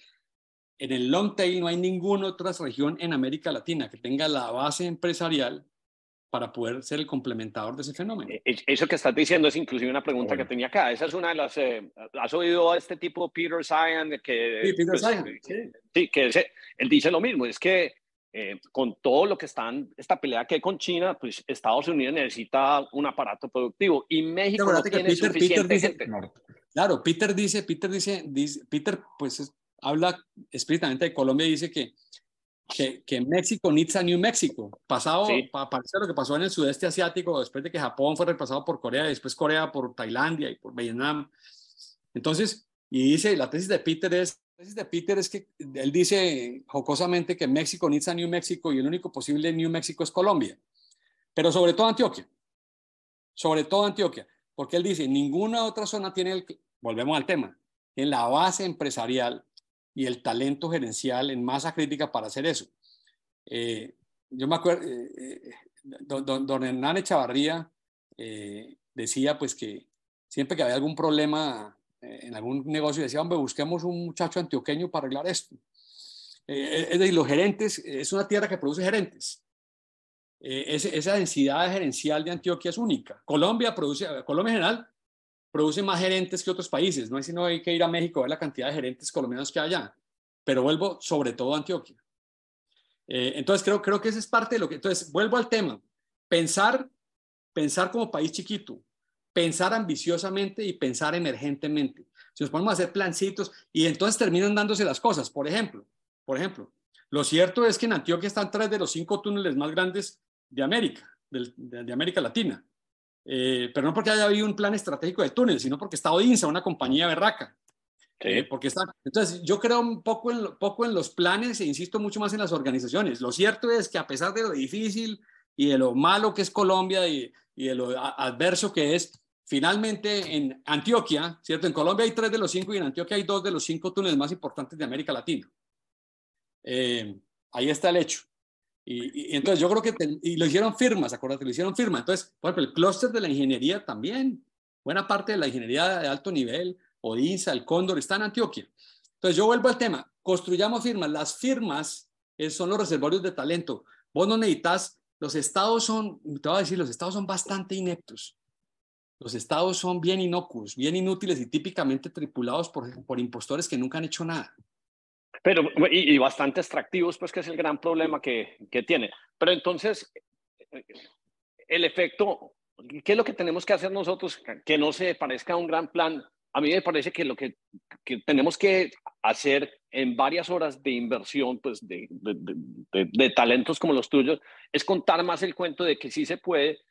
en el long tail no hay ninguna otra región en América Latina que tenga la base empresarial para poder ser el complementador de ese fenómeno. Eso que estás diciendo es inclusive una pregunta bueno. que tenía acá. Esa es una de las... Eh, ¿Has oído a este tipo, Peter Zeihan? Que, sí, Peter pues, Zeihan, sí. Sí, que ese, él dice lo mismo, es que eh, con todo lo que están, esta pelea que hay con China, pues Estados Unidos necesita un aparato productivo y México no tiene Peter, suficiente Peter dice, gente. No, claro, Peter dice, Peter dice, dice Peter pues es, habla explícitamente de Colombia y dice que Que, que México needs a New Mexico, pasado, sí. pa, parece lo que pasó en el sudeste asiático, después de que Japón fue repasado por Corea, y después Corea por Tailandia y por Vietnam. Entonces, y dice, la tesis de Peter es, la tesis de Peter es que él dice jocosamente que México needs a New Mexico y el único posible New Mexico es Colombia, pero sobre todo Antioquia, sobre todo Antioquia, porque él dice, ninguna otra zona tiene, el, volvemos al tema, en la base empresarial y el talento gerencial en masa crítica para hacer eso. Eh, yo me acuerdo, eh, eh, don, don, don Hernán Echavarría eh, decía pues que siempre que había algún problema eh, en algún negocio decía, hombre, busquemos un muchacho antioqueño para arreglar esto. Eh, es decir, los gerentes, es una tierra que produce gerentes. Eh, ese, esa densidad gerencial de Antioquia es única. Colombia produce, Colombia en general, produce más gerentes que otros países, no es sino hay que ir a México a ver la cantidad de gerentes colombianos que hay allá, pero vuelvo sobre todo a Antioquia. Eh, entonces creo, creo que esa es parte de lo que, entonces vuelvo al tema, pensar, pensar como país chiquito, pensar ambiciosamente y pensar emergentemente. Si nos ponemos a hacer plancitos y entonces terminan dándose las cosas, por ejemplo, por ejemplo, lo cierto es que en Antioquia están tres de los cinco túneles más grandes de América, de, de, de América Latina. Eh, pero no porque haya habido un plan estratégico de túnel, sino porque está Odinsa, una compañía berraca. Sí. Eh, porque está, entonces, yo creo un poco en, poco en los planes e insisto mucho más en las organizaciones. Lo cierto es que a pesar de lo difícil y de lo malo que es Colombia y, y de lo adverso que es, finalmente en Antioquia, ¿cierto? En Colombia hay tres de los cinco y en Antioquia hay dos de los cinco túneles más importantes de América Latina. Eh, ahí está el hecho. Y, y entonces yo creo que, te, y lo hicieron firmas, acuérdate, lo hicieron firmas. Entonces, por ejemplo, el clúster de la ingeniería también, buena parte de la ingeniería de alto nivel, Odinsa, el Cóndor, está en Antioquia. Entonces yo vuelvo al tema, construyamos firmas. Las firmas eh, son los reservorios de talento. Vos no necesitas, los estados son, te voy a decir, los estados son bastante ineptos. Los estados son bien inocuos, bien inútiles y típicamente tripulados por, por impostores que nunca han hecho nada. Pero, y, y bastante extractivos, pues que es el gran problema que, que tiene. Pero entonces, el efecto, ¿qué es lo que tenemos que hacer nosotros que no se parezca a un gran plan? A mí me parece que lo que, que tenemos que hacer en varias horas de inversión, pues de, de, de, de talentos como los tuyos, es contar más el cuento de que sí se puede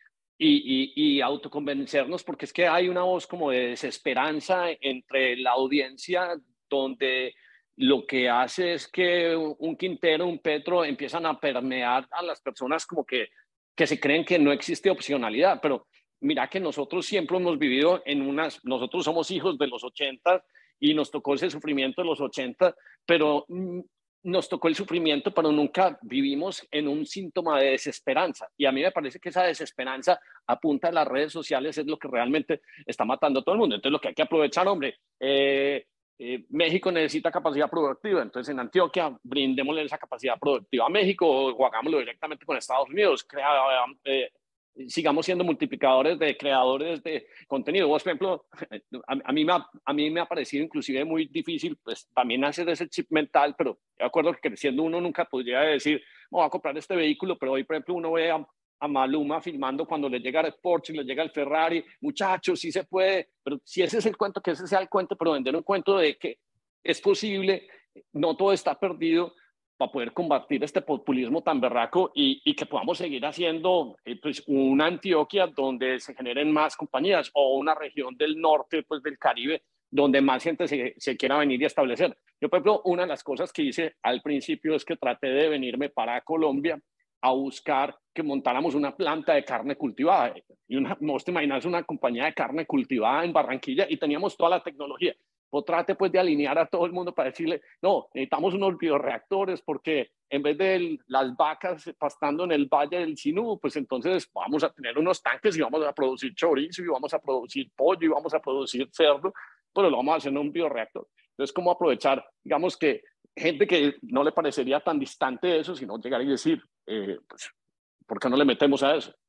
y, y, y autoconvencernos, porque es que hay una voz como de desesperanza entre la audiencia donde lo que hace es que un Quintero, un Petro empiezan a permear a las personas como que, que se creen que no existe opcionalidad, pero mira que nosotros siempre hemos vivido en unas, nosotros somos hijos de los ochenta y nos tocó ese sufrimiento de los ochenta, pero mm, nos tocó el sufrimiento, pero nunca vivimos en un síntoma de desesperanza. Y a mí me parece que esa desesperanza a punta de las redes sociales es lo que realmente está matando a todo el mundo. Entonces lo que hay que aprovechar, hombre, eh, eh, México necesita capacidad productiva, entonces en Antioquia brindémosle esa capacidad productiva a México o, o hagámoslo directamente con Estados Unidos, crea, eh, sigamos siendo multiplicadores de creadores de contenido. Vos, por ejemplo, a, a, mí me ha, a mí me ha parecido inclusive muy difícil, pues también hacer ese chip mental, pero de acuerdo que creciendo uno nunca podría decir, me voy a comprar este vehículo, pero hoy, por ejemplo, uno ve a, a Maluma filmando cuando le llega el Porsche, le llega el Ferrari, muchachos, sí se puede, pero si ese es el cuento, que ese sea el cuento, pero vender un cuento de que es posible, no todo está perdido, para poder combatir este populismo tan berraco y, y que podamos seguir haciendo eh, pues, una Antioquia donde se generen más compañías o una región del norte, pues del Caribe, donde más gente se, se quiera venir y establecer. Yo, por ejemplo, una de las cosas que hice al principio es que traté de venirme para Colombia a buscar que montáramos una planta de carne cultivada. Y una, vos te imaginas una compañía de carne cultivada en Barranquilla y teníamos toda la tecnología. O trate pues de alinear a todo el mundo para decirle, no, necesitamos unos bioreactores porque en vez de el, las vacas pastando en el Valle del Sinú, pues entonces vamos a tener unos tanques y vamos a producir chorizo y vamos a producir pollo y vamos a producir cerdo, pero lo vamos a hacer en un bioreactor. Entonces, ¿cómo aprovechar, digamos que gente que no le parecería tan distante eso, sino llegar y decir, eh, pues, ¿por qué no le metemos a eso?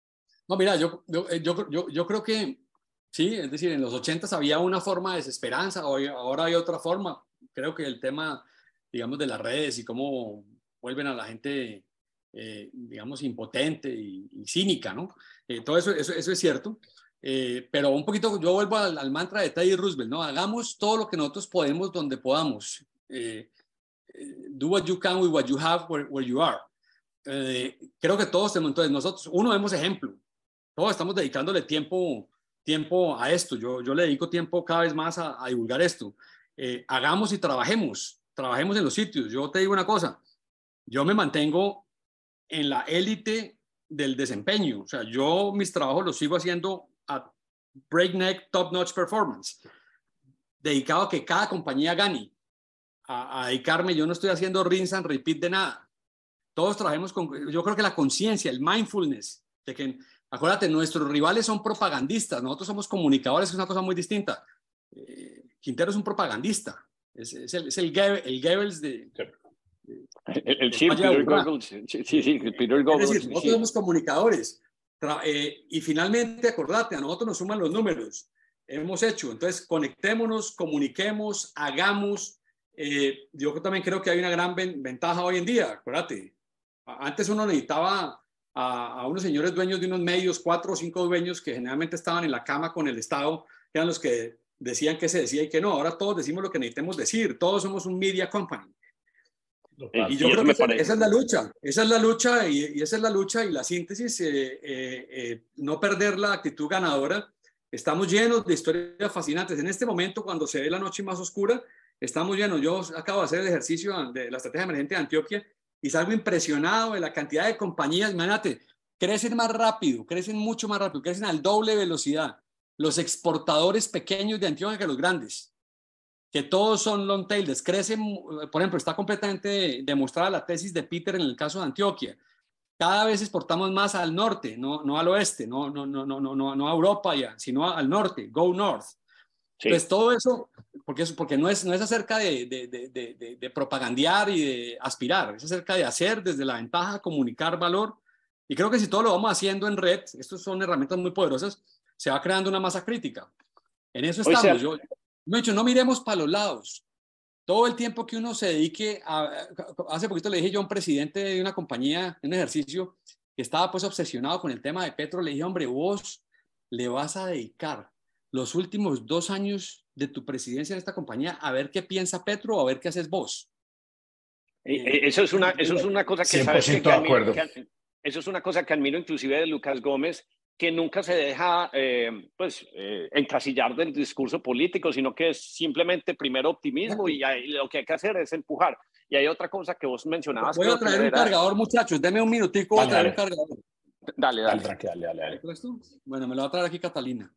No, mira, yo, yo, yo, yo, yo creo que sí, es decir, en los ochentas había una forma de desesperanza, hoy, ahora hay otra forma. Creo que el tema, digamos, de las redes y cómo vuelven a la gente, eh, digamos, impotente y, y cínica, ¿no? Eh, todo eso, eso, eso es cierto. Eh, pero un poquito, yo vuelvo al, al mantra de Teddy Roosevelt, ¿no? Hagamos todo lo que nosotros podemos donde podamos. Eh, do what you can with what you have where, where you are. Eh, creo que todos tenemos, entonces nosotros, uno, vemos ejemplo. Todos estamos dedicándole tiempo tiempo a esto, yo, yo le dedico tiempo cada vez más a, a divulgar esto. Eh, hagamos y trabajemos, trabajemos en los sitios. Yo te digo una cosa, yo me mantengo en la élite del desempeño, o sea, yo mis trabajos los sigo haciendo a breakneck, top-notch performance, dedicado a que cada compañía gane, a, a dedicarme, yo no estoy haciendo rinse and repeat de nada. Todos trabajemos con, yo creo que la conciencia, el mindfulness, de que acuérdate, nuestros rivales son propagandistas, nosotros somos comunicadores, que es una cosa muy distinta. Eh, Quintero es un propagandista, es, es, el, es el, el Goebbels de... de el, el sí, Peter Goebbels, sí, sí, sí, Peter Goebbels. Es decir, nosotros sí. somos comunicadores. Eh, y finalmente, acordate, a nosotros nos suman los números. Hemos hecho, entonces conectémonos, comuniquemos, hagamos. Eh, yo también creo que hay una gran ven, ventaja hoy en día, acuérdate. Antes uno necesitaba... A, a unos señores dueños de unos medios, cuatro o cinco dueños que generalmente estaban en la cama con el Estado, que eran los que decían qué se decía y qué no. Ahora todos decimos lo que necesitemos decir, todos somos un media company. Eh, y yo creo que esa, esa es la lucha, esa es la lucha y, y esa es la lucha y la síntesis, eh, eh, eh, no perder la actitud ganadora. Estamos llenos de historias fascinantes. En este momento, cuando se ve la noche más oscura, estamos llenos. Yo acabo de hacer el ejercicio de la estrategia emergente de Antioquia y salgo impresionado de la cantidad de compañías. Imagínate, crecen más rápido, crecen mucho más rápido, crecen al doble de velocidad los exportadores pequeños de Antioquia que los grandes, que todos son long tailers, crecen. Por ejemplo, está completamente demostrada la tesis de Peter en el caso de Antioquia. Cada vez exportamos más al norte, no, no al oeste, no, no, no, no, no, no a Europa ya, sino al norte, go north. Sí. Pues todo eso, porque, es, porque no, es, no es acerca de, de, de, de, de propagandear y de aspirar, es acerca de hacer desde la ventaja, comunicar valor. Y creo que si todo lo vamos haciendo en red, estas son herramientas muy poderosas, se va creando una masa crítica. En eso estamos. Sea, yo, yo he dicho, no miremos para los lados. Todo el tiempo que uno se dedique a... Hace poquito le dije yo a un presidente de una compañía, de un ejercicio, que estaba pues obsesionado con el tema de Petro, le dije, hombre, vos le vas a dedicar los últimos dos años de tu presidencia en esta compañía a ver qué piensa Petro o a ver qué haces vos. Eh, eso, es una, eso es una cosa que... cien por ciento sabes, que, de acuerdo. Que, que, eso es una cosa que admiro inclusive de Lucas Gómez, que nunca se deja eh, pues, eh, encasillar del discurso político, sino que es simplemente primero optimismo y, y lo que hay que hacer es empujar. Y hay otra cosa que vos mencionabas. Voy a traer un era... cargador, muchachos. Deme un minutico, voy a traer un cargador. Dale, dale. Dale, dale, dale, dale. Bueno, me lo va a traer aquí Catalina.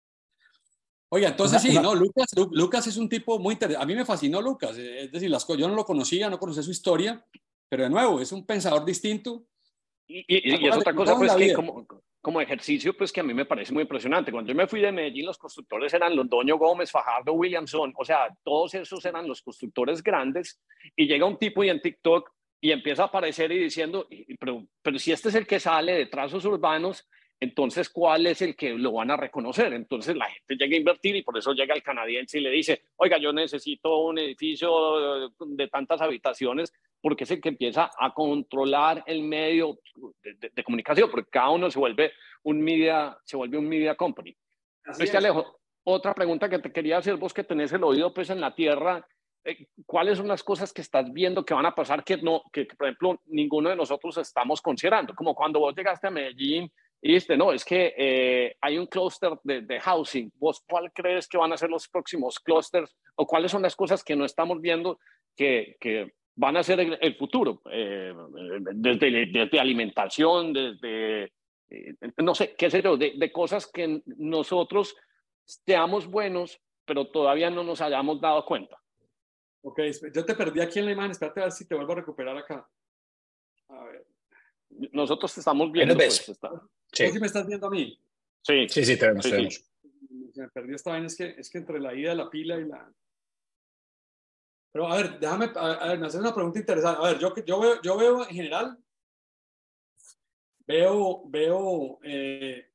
Oiga, entonces sí, no, Lucas, Lucas es un tipo muy interesante. A mí me fascinó Lucas. Es decir, las, yo no lo conocía, no conocía su historia, pero de nuevo, es un pensador distinto. Y, y, y es otra cosa, pues, que como, como ejercicio, pues, que a mí me parece muy impresionante. Cuando yo me fui de Medellín, los constructores eran Londoño Gómez, Fajardo, Williamson, o sea, todos esos eran los constructores grandes, y llega un tipo y en TikTok y empieza a aparecer y diciendo, pero, pero si este es el que sale de trazos urbanos, entonces, ¿cuál es el que lo van a reconocer? Entonces la gente llega a invertir y por eso llega el canadiense y le dice, oiga, yo necesito un edificio de tantas habitaciones, porque es el que empieza a controlar el medio de, de, de comunicación, porque cada uno se vuelve un media, se vuelve un media company. Este Alejo, otra pregunta que te quería hacer, vos que tenés el oído pues en la tierra, eh, ¿cuáles son las cosas que estás viendo que van a pasar que, no, que, que, por ejemplo, ninguno de nosotros estamos considerando? Como cuando vos llegaste a Medellín y dijiste, no, es que eh, hay un clúster de, de housing. ¿Vos cuál crees que van a ser los próximos clústeres? ¿O cuáles son las cosas que no estamos viendo que... que van a ser el, el futuro, eh, desde, desde alimentación, desde, eh, no sé, qué sé yo, de, de cosas que nosotros seamos buenos, pero todavía no nos hayamos dado cuenta? Ok, yo te perdí aquí en la imagen, espérate a ver si te vuelvo a recuperar acá. A ver. Nosotros te estamos viendo. Pues, está. Sí. ¿Tú sí me estás viendo a mí? Sí, sí, sí, te vemos, sí, te vemos. Sí. Se me perdió esta vaina, es que, es que entre la ida de la pila y la... Pero a ver, déjame a ver, me hacer una pregunta interesante. A ver, yo, yo, veo, yo veo en general, veo, veo eh,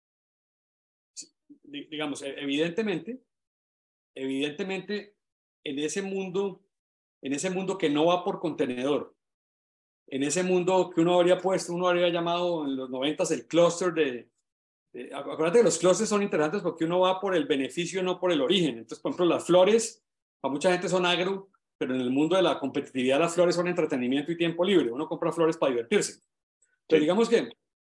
digamos, evidentemente, evidentemente, en ese mundo, en ese mundo que no va por contenedor, en ese mundo que uno habría puesto, uno habría llamado en los noventas el clúster de, de... Acuérdate que los clústeres son interesantes porque uno va por el beneficio, no por el origen. Entonces, por ejemplo, las flores, para mucha gente son agro, pero en el mundo de la competitividad las flores son entretenimiento y tiempo libre. Uno compra flores para divertirse. Pero digamos que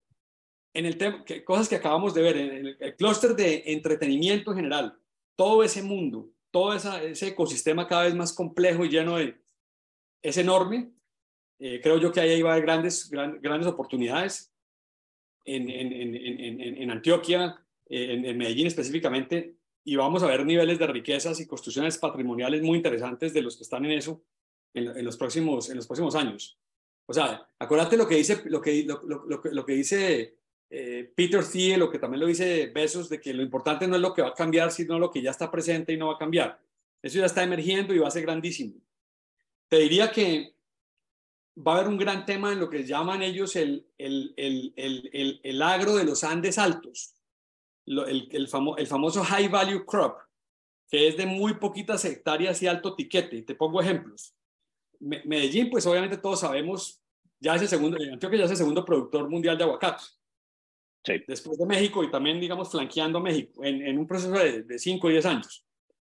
en el tema, que cosas que acabamos de ver, en el, el clúster de entretenimiento en general, todo ese mundo, todo esa, ese ecosistema cada vez más complejo y lleno de... es enorme. Eh, creo yo que ahí va a haber grandes, gran, grandes oportunidades en, en, en, en, en Antioquia, en, en Medellín específicamente, y vamos a ver niveles de riquezas y construcciones patrimoniales muy interesantes de los que están en eso en, en, los, próximos, en los próximos años. O sea, acuérdate lo que dice, lo que, lo, lo, lo, lo que dice eh, Peter Thiel, lo que también lo dice Bezos, de que lo importante no es lo que va a cambiar, sino lo que ya está presente y no va a cambiar. Eso ya está emergiendo y va a ser grandísimo. Te diría que va a haber un gran tema en lo que llaman ellos el, el, el, el, el, el agro de los Andes altos. El, el, famo, el famoso high value crop, que es de muy poquitas hectáreas y alto tiquete. Y te pongo ejemplos. Me, Medellín, pues obviamente todos sabemos, ya es el segundo, Antioquia ya es el segundo productor mundial de aguacate. Sí. Después de México y también, digamos, flanqueando a México en, en un proceso de cinco o diez años.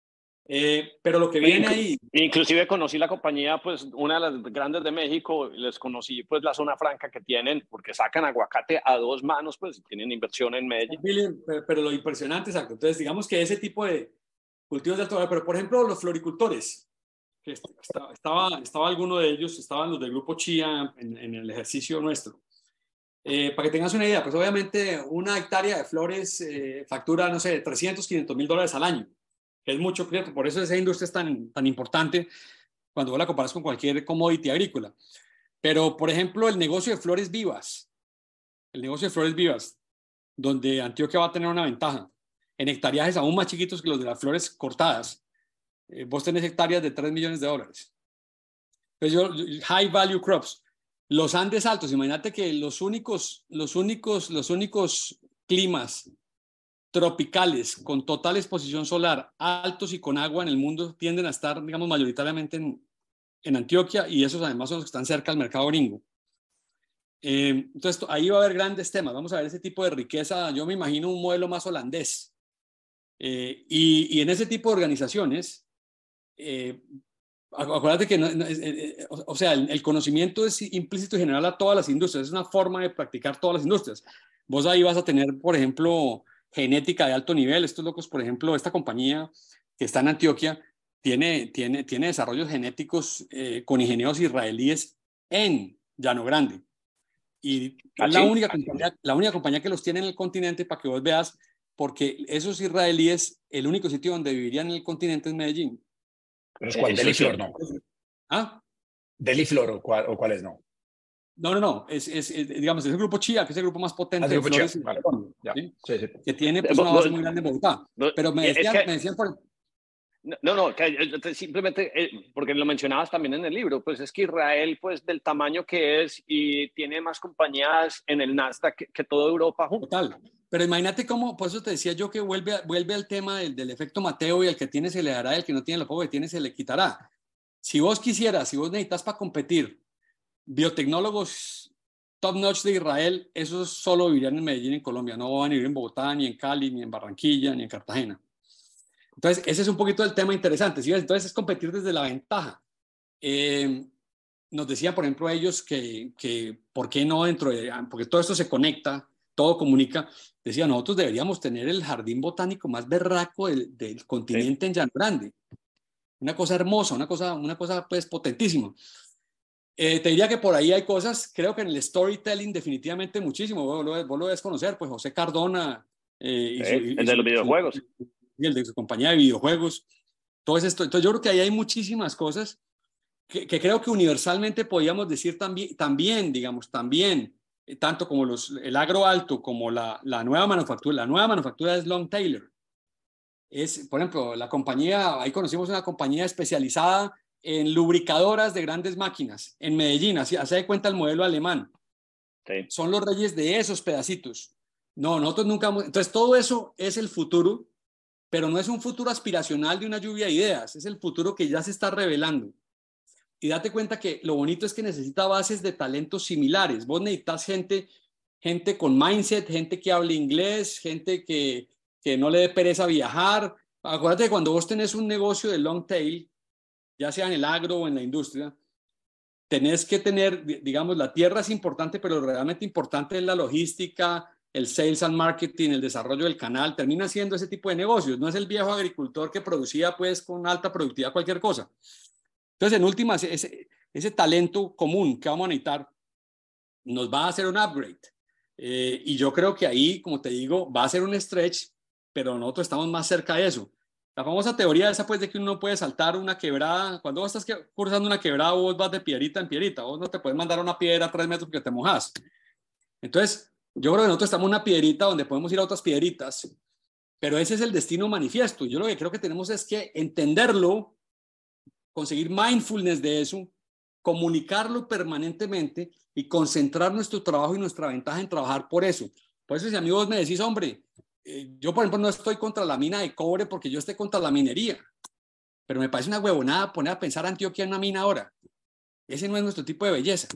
Eh, pero lo que viene ahí... Inclusive conocí la compañía, pues una de las grandes de México, les conocí pues la zona franca que tienen, porque sacan aguacate a dos manos, pues tienen inversión en Medellín. Pero lo impresionante, exacto. Entonces, digamos que ese tipo de cultivos de alto valor, pero por ejemplo los floricultores, que estaba, estaba, estaba alguno de ellos, estaban los del grupo Chía en, en el ejercicio nuestro. Eh, para que tengas una idea, pues obviamente una hectárea de flores eh, factura, no sé, trescientos, quinientos mil dólares al año. Es mucho, por eso esa industria es tan, tan importante cuando vos la comparas con cualquier commodity agrícola. Pero, por ejemplo, el negocio de flores vivas, el negocio de flores vivas, donde Antioquia va a tener una ventaja, en hectareajes aún más chiquitos que los de las flores cortadas, eh, vos tenés hectáreas de tres millones de dólares. Entonces yo, high value crops. Los Andes altos, imagínate que los únicos, los únicos, los únicos climas tropicales con total exposición solar, altos y con agua en el mundo tienden a estar, digamos, mayoritariamente en, en Antioquia, y esos además son los que están cerca del mercado gringo. Eh, entonces ahí va a haber grandes temas. Vamos a ver ese tipo de riqueza. Yo me imagino un modelo más holandés. Eh, y, y en ese tipo de organizaciones, eh, acuérdate que, no, no, eh, o, o sea, el, el conocimiento es implícito y general a todas las industrias, es una forma de practicar todas las industrias. Vos ahí vas a tener, por ejemplo, genética de alto nivel. Estos locos, por ejemplo, esta compañía que está en Antioquia, tiene, tiene, tiene desarrollos genéticos eh, con ingenieros israelíes en Llano Grande. Y es la única, compañía, la única compañía que los tiene en el continente, para que vos veas, porque esos israelíes, el único sitio donde vivirían en el continente es Medellín. ¿Pero es cuál? ¿Deliflor no? ¿Ah? ¿Deliflor o, cuál, o cuáles no? No, no, no. Es, es, es, digamos, es el grupo Chía, que es el grupo más potente ah, de Flores, Chía, vale. ¿sí? Sí, sí. Que tiene pues, una base muy grande en Bogotá. Pero me decían, es que, me decían por... No, no, que simplemente, porque lo mencionabas también en el libro, pues es que Israel, pues del tamaño que es y tiene más compañías en el Nasdaq que, que toda Europa junto. Total. Pero imagínate cómo, por eso te decía yo que vuelve, vuelve al tema del, del efecto Mateo, y el que tiene se le dará, el que no tiene, lo poco que tiene se le quitará. Si vos quisieras, si vos necesitas para competir biotecnólogos top notch de Israel, esos solo vivirían en Medellín, en Colombia, no van a vivir en Bogotá, ni en Cali, ni en Barranquilla, ni en Cartagena. Entonces, ese es un poquito el tema interesante, ¿sí? Entonces, es competir desde la ventaja. Eh, nos decían, por ejemplo, ellos que, que, ¿por qué no dentro de...? Porque todo esto se conecta, todo comunica. Decían, nosotros deberíamos tener el jardín botánico más berraco del, del continente, sí, en Llano Grande. Una cosa hermosa, una cosa, una cosa pues potentísima. Eh, te diría que por ahí hay cosas, creo que en el storytelling definitivamente muchísimo. Vos lo, vos lo debes conocer, pues José Cardona. Eh, y sí, su, y el de los videojuegos. Su, y el de su compañía de videojuegos. Todo esto. Entonces yo creo que ahí hay muchísimas cosas que, que creo que universalmente podríamos decir también, también digamos, también, eh, tanto como los, el agro alto como la, la nueva manufactura. La nueva manufactura es Long Taylor. Es, por ejemplo, la compañía, ahí conocimos una compañía especializada en lubricadoras de grandes máquinas en Medellín, así se da cuenta el modelo alemán. Sí. Son los reyes de esos pedacitos. No, nosotros nunca... Entonces todo eso es el futuro, pero no es un futuro aspiracional de una lluvia de ideas, es el futuro que ya se está revelando. Y date cuenta que lo bonito es que necesita bases de talentos similares. Vos necesitas gente, gente con mindset, gente que hable inglés, gente que, que no le dé pereza viajar. Acuérdate que cuando vos tenés un negocio de long tail, ya sea en el agro o en la industria, tenés que tener, digamos, la tierra es importante, pero realmente importante es la logística, el sales and marketing, el desarrollo del canal. Termina siendo ese tipo de negocios. No es el viejo agricultor que producía pues con alta productividad cualquier cosa. Entonces, en últimas, ese, ese talento común que vamos a necesitar nos va a hacer un upgrade. Eh, y yo creo que ahí, como te digo, va a ser un stretch, pero nosotros estamos más cerca de eso. La famosa teoría esa, pues, de que uno puede saltar una quebrada. Cuando vos estás cruzando una quebrada, vos vas de piedrita en piedrita. Vos no te puedes mandar una piedra a tres metros porque te mojas. Entonces, yo creo que nosotros estamos en una piedrita donde podemos ir a otras piedritas, pero ese es el destino manifiesto. Yo lo que creo que tenemos es que entenderlo, conseguir mindfulness de eso, comunicarlo permanentemente y concentrar nuestro trabajo y nuestra ventaja en trabajar por eso. Por eso, si a mí vos me decís, hombre, eh, yo por ejemplo no estoy contra la mina de cobre porque yo esté contra la minería, pero me parece una huevonada poner a pensar Antioquia en una mina ahora. Ese no es nuestro tipo de belleza.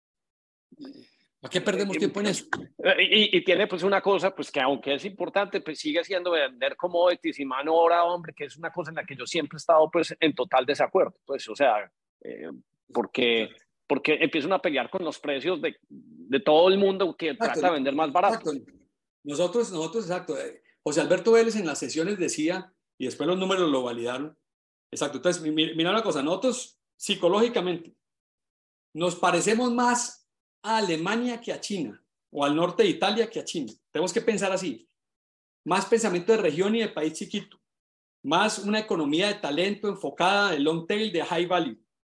¿Para qué perdemos tiempo en eso? Y, y tiene pues una cosa, pues que aunque es importante, pues sigue siendo vender commodities y mano obra, hombre, que es una cosa en la que yo siempre he estado pues en total desacuerdo. Pues, o sea, eh, porque, porque empiezan a pelear con los precios de, de todo el mundo que exacto, trata de vender más barato. Exacto. Nosotros, nosotros, exacto. José Alberto Vélez en las sesiones decía, y después los números lo validaron, exacto. Entonces, mira, mira una cosa, nosotros psicológicamente nos parecemos más a Alemania que a China, o al norte de Italia que a China. Tenemos que pensar así. Más pensamiento de región y de país chiquito. Más una economía de talento enfocada de long tail, de high value.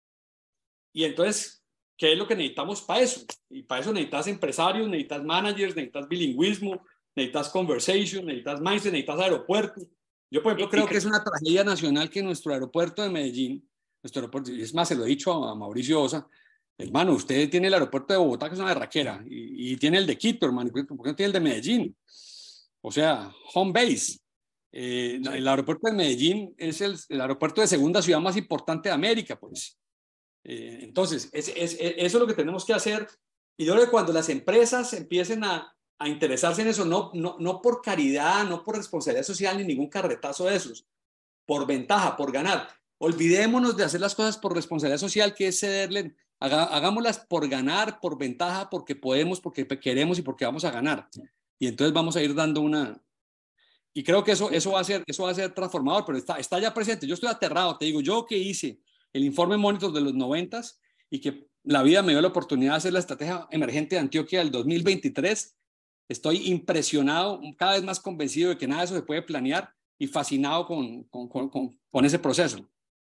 Y entonces, ¿qué es lo que necesitamos para eso? Y para eso necesitas empresarios, necesitas managers, necesitas bilingüismo, necesitas conversation, necesitas mindset, necesitas aeropuerto, Yo, por ejemplo, Y- creo y que es una tragedia nacional que nuestro aeropuerto de Medellín, nuestro aeropuerto, y es más, se lo he dicho a, a Mauricio Osa, hermano, usted tiene el aeropuerto de Bogotá, que es una berraquera, y, y tiene el de Quito, hermano, ¿por qué no tiene el de Medellín? O sea, home base. Eh, Sí. El aeropuerto de Medellín es el, el aeropuerto de segunda ciudad más importante de América, pues. Eh, entonces, es, es, es, eso es lo que tenemos que hacer. Y yo creo que cuando las empresas empiecen a, a interesarse en eso, no, no, no por caridad, no por responsabilidad social, ni ningún carretazo de esos, por ventaja, por ganar. Olvidémonos de hacer las cosas por responsabilidad social, que es cederle, haga, hagámoslas por ganar, por ventaja, porque podemos, porque queremos y porque vamos a ganar. Y entonces vamos a ir dando una... Y creo que eso, eso, va, a ser, eso va a ser transformador, pero está, está ya presente. Yo estoy aterrado, te digo, yo que hice el informe Monitor de los noventas y que la vida me dio la oportunidad de hacer la estrategia emergente de Antioquia del dos mil veintitrés, estoy impresionado, cada vez más convencido de que nada de eso se puede planear y fascinado con, con, con, con, con ese proceso.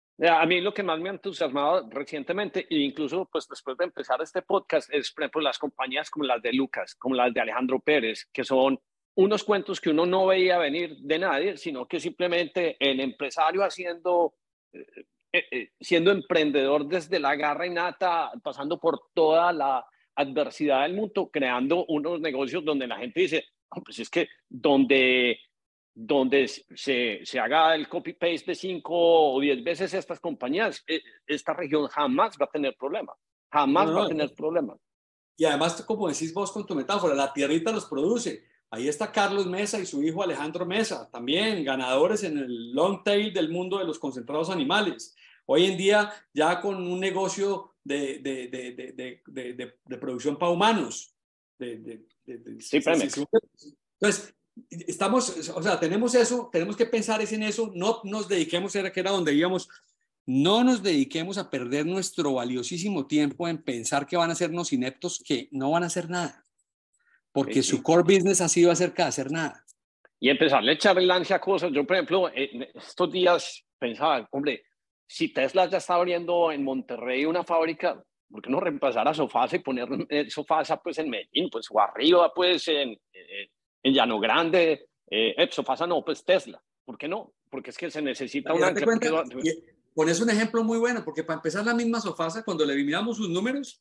A mí lo que más me ha entusiasmado recientemente, e incluso pues después de empezar este podcast, es por ejemplo las compañías como las de Lucas, como las de Alejandro Pérez, que son unos cuentos que uno no veía venir de nadie, sino que simplemente el empresario haciendo, eh, eh, siendo emprendedor desde la garra innata, pasando por toda la adversidad del mundo, creando unos negocios donde la gente dice, oh, pues es que donde donde se, se haga el copy-paste de cinco o diez veces estas compañías, esta región jamás va a tener problemas, jamás No, no, va a no. tener problemas. Y además, como decís vos con tu metáfora, la tierrita los produce. Ahí está Carlos Mesa y su hijo Alejandro Mesa, también ganadores en el long tail del mundo de los concentrados animales. Hoy en día ya con un negocio de, de, de, de, de, de, de, de producción para humanos. De, de, de, de, Sí, Pemex. Entonces, estamos, o sea, tenemos eso, tenemos que pensar es en eso, no nos dediquemos, era que era donde íbamos, no nos dediquemos a perder nuestro valiosísimo tiempo en pensar que van a ser unos ineptos que no van a hacer nada, porque Sí, sí. su core business ha sido acerca de hacer nada. Y empezarle a echar el lance a cosas. Yo, por ejemplo, en estos días pensaba, hombre, si Tesla ya está abriendo en Monterrey una fábrica, ¿por qué no reemplazar a Sofasa y poner Sofasa pues en Medellín, pues o arriba pues en, en, en Llano Grande? Eh, Sofasa no, pues Tesla. ¿Por qué no? Porque es que se necesita un ancla. Cuenta, Porque... pones un ejemplo muy bueno, porque para empezar la misma Sofasa, cuando le miramos sus números,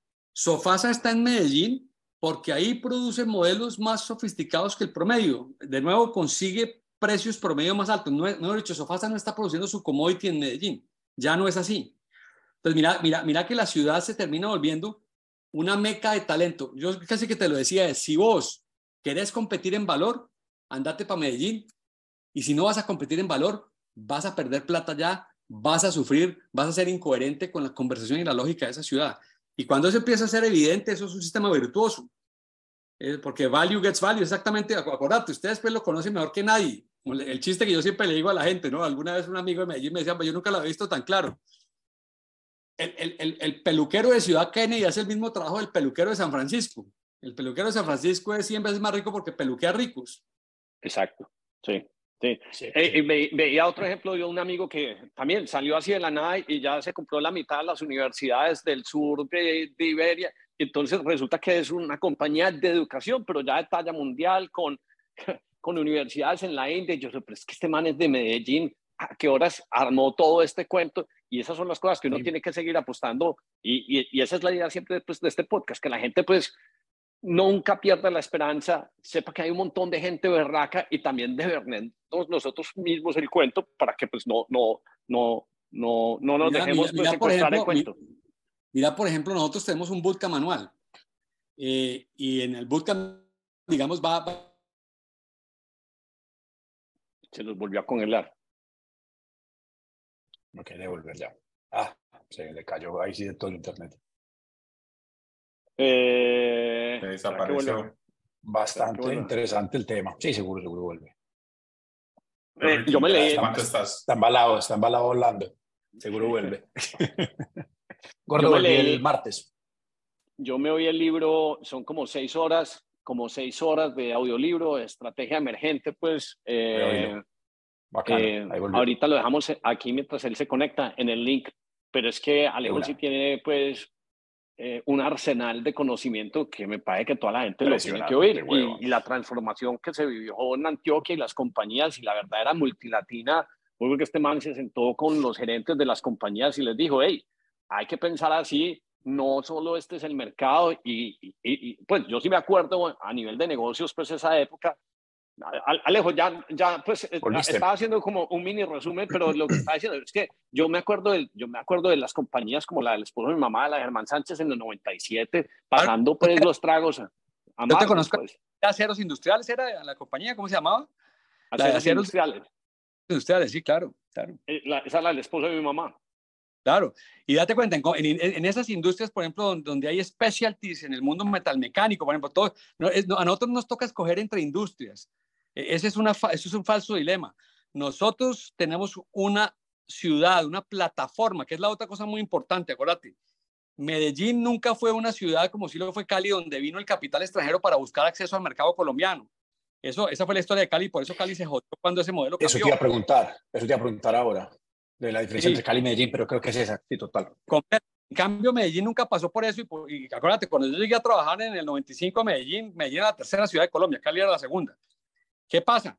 Sofasa está en Medellín porque ahí produce modelos más sofisticados que el promedio. De nuevo, consigue precios promedio más altos. No, no he dicho, Sofasa no está produciendo su commodity en Medellín. Ya no es así. Entonces, mira, mira, mira que la ciudad se termina volviendo una meca de talento. Yo casi que te lo decía, es, si vos querés competir en valor, andate para Medellín. Y si no vas a competir en valor, vas a perder plata ya, vas a sufrir, vas a ser incoherente con la conversación y la lógica de esa ciudad. Y cuando eso empieza a ser evidente, eso es un sistema virtuoso. Eh, porque value gets value, exactamente, acordate, ustedes pues lo conocen mejor que nadie. El chiste que yo siempre le digo a la gente, ¿no? Alguna vez un amigo de Medellín me decía, yo nunca lo he visto tan claro. El, el, el, el peluquero de Ciudad Kennedy hace el mismo trabajo del peluquero de San Francisco. El peluquero de San Francisco es cien veces más rico porque peluquea ricos. Exacto, sí. Sí. Sí, eh, sí. Ve, veía otro ejemplo de un amigo que también salió así de la nada y ya se compró la mitad de las universidades del sur de, de Iberia. Entonces resulta que es una compañía de educación, pero ya de talla mundial, con, con universidades en la India. Y yo sé, pero es que este man es de Medellín. ¿A qué horas armó todo este cuento? Y esas son las cosas que uno sí. tiene que seguir apostando. Y, y, y esa es la idea siempre pues, de este podcast, que la gente pues nunca pierda la esperanza, sepa que hay un montón de gente berraca y también de vernos nosotros mismos el cuento para que pues no, no, no, no, no nos mira, dejemos mira, pues, mira, secuestrar ejemplo, el cuento. Mira, mira, por ejemplo, nosotros tenemos un bootcamp manual eh, y en el bootcamp, digamos, va, va... Se nos volvió a congelar. No quiere volver ya. Ah, se le cayó ahí sí de todo el internet. Eh, se desapareció. Bastante interesante el tema. Sí, seguro, seguro vuelve. Eh, yo me leí. ¿Cuánto estás? Está embalado, está embalado Orlando. Seguro vuelve. Gordo, volví el martes. Yo me oí el libro, son como seis horas, como seis horas de audiolibro, estrategia emergente, pues. Eh, eh, ahorita lo dejamos aquí mientras él se conecta en el link, pero es que Alejo sí tiene, pues, eh, un arsenal de conocimiento que me parece que toda la gente lo tiene que oír. Y, y la transformación que se vivió en Antioquia y las compañías y la verdad era multilatina. Porque este man se sentó con los gerentes de las compañías y les dijo, hey, hay que pensar así, no solo este es el mercado. Y, y, y pues yo sí me acuerdo a nivel de negocios, pues esa época, Alejo, ya, ya pues ¿Volviste? Estaba haciendo como un mini resumen, pero lo que estaba diciendo es que yo me acuerdo de, yo me acuerdo de las compañías como la del esposo de mi mamá, la de Germán Sánchez en el noventa y siete, pasando pues los tragos a, a Yo te conozco, pues. Aceros Industriales era la compañía, ¿cómo se llamaba? Aceros, la de aceros Industriales. Industriales, sí, claro, claro. La, esa es la del esposo de mi mamá. Claro, y date cuenta, en, en, en esas industrias, por ejemplo, donde, donde hay specialties en el mundo metalmecánico, por ejemplo, todo, no, es, no, a nosotros nos toca escoger entre industrias. Ese es, una, ese es un falso dilema. Nosotros tenemos una ciudad, una plataforma, que es la otra cosa muy importante, acuérdate. Medellín nunca fue una ciudad como si lo fue Cali, donde vino el capital extranjero para buscar acceso al mercado colombiano. Eso, esa fue la historia de Cali, por eso Cali se jodió cuando ese modelo cambió. Eso te iba a preguntar, eso te iba a preguntar ahora, de la diferencia Sí. entre Cali y Medellín, pero creo que es esa, sí, total. En cambio, Medellín nunca pasó por eso y, por, y acuérdate, cuando yo llegué a trabajar en el noventa y cinco a Medellín, Medellín era la tercera ciudad de Colombia, Cali era la segunda. ¿Qué pasa?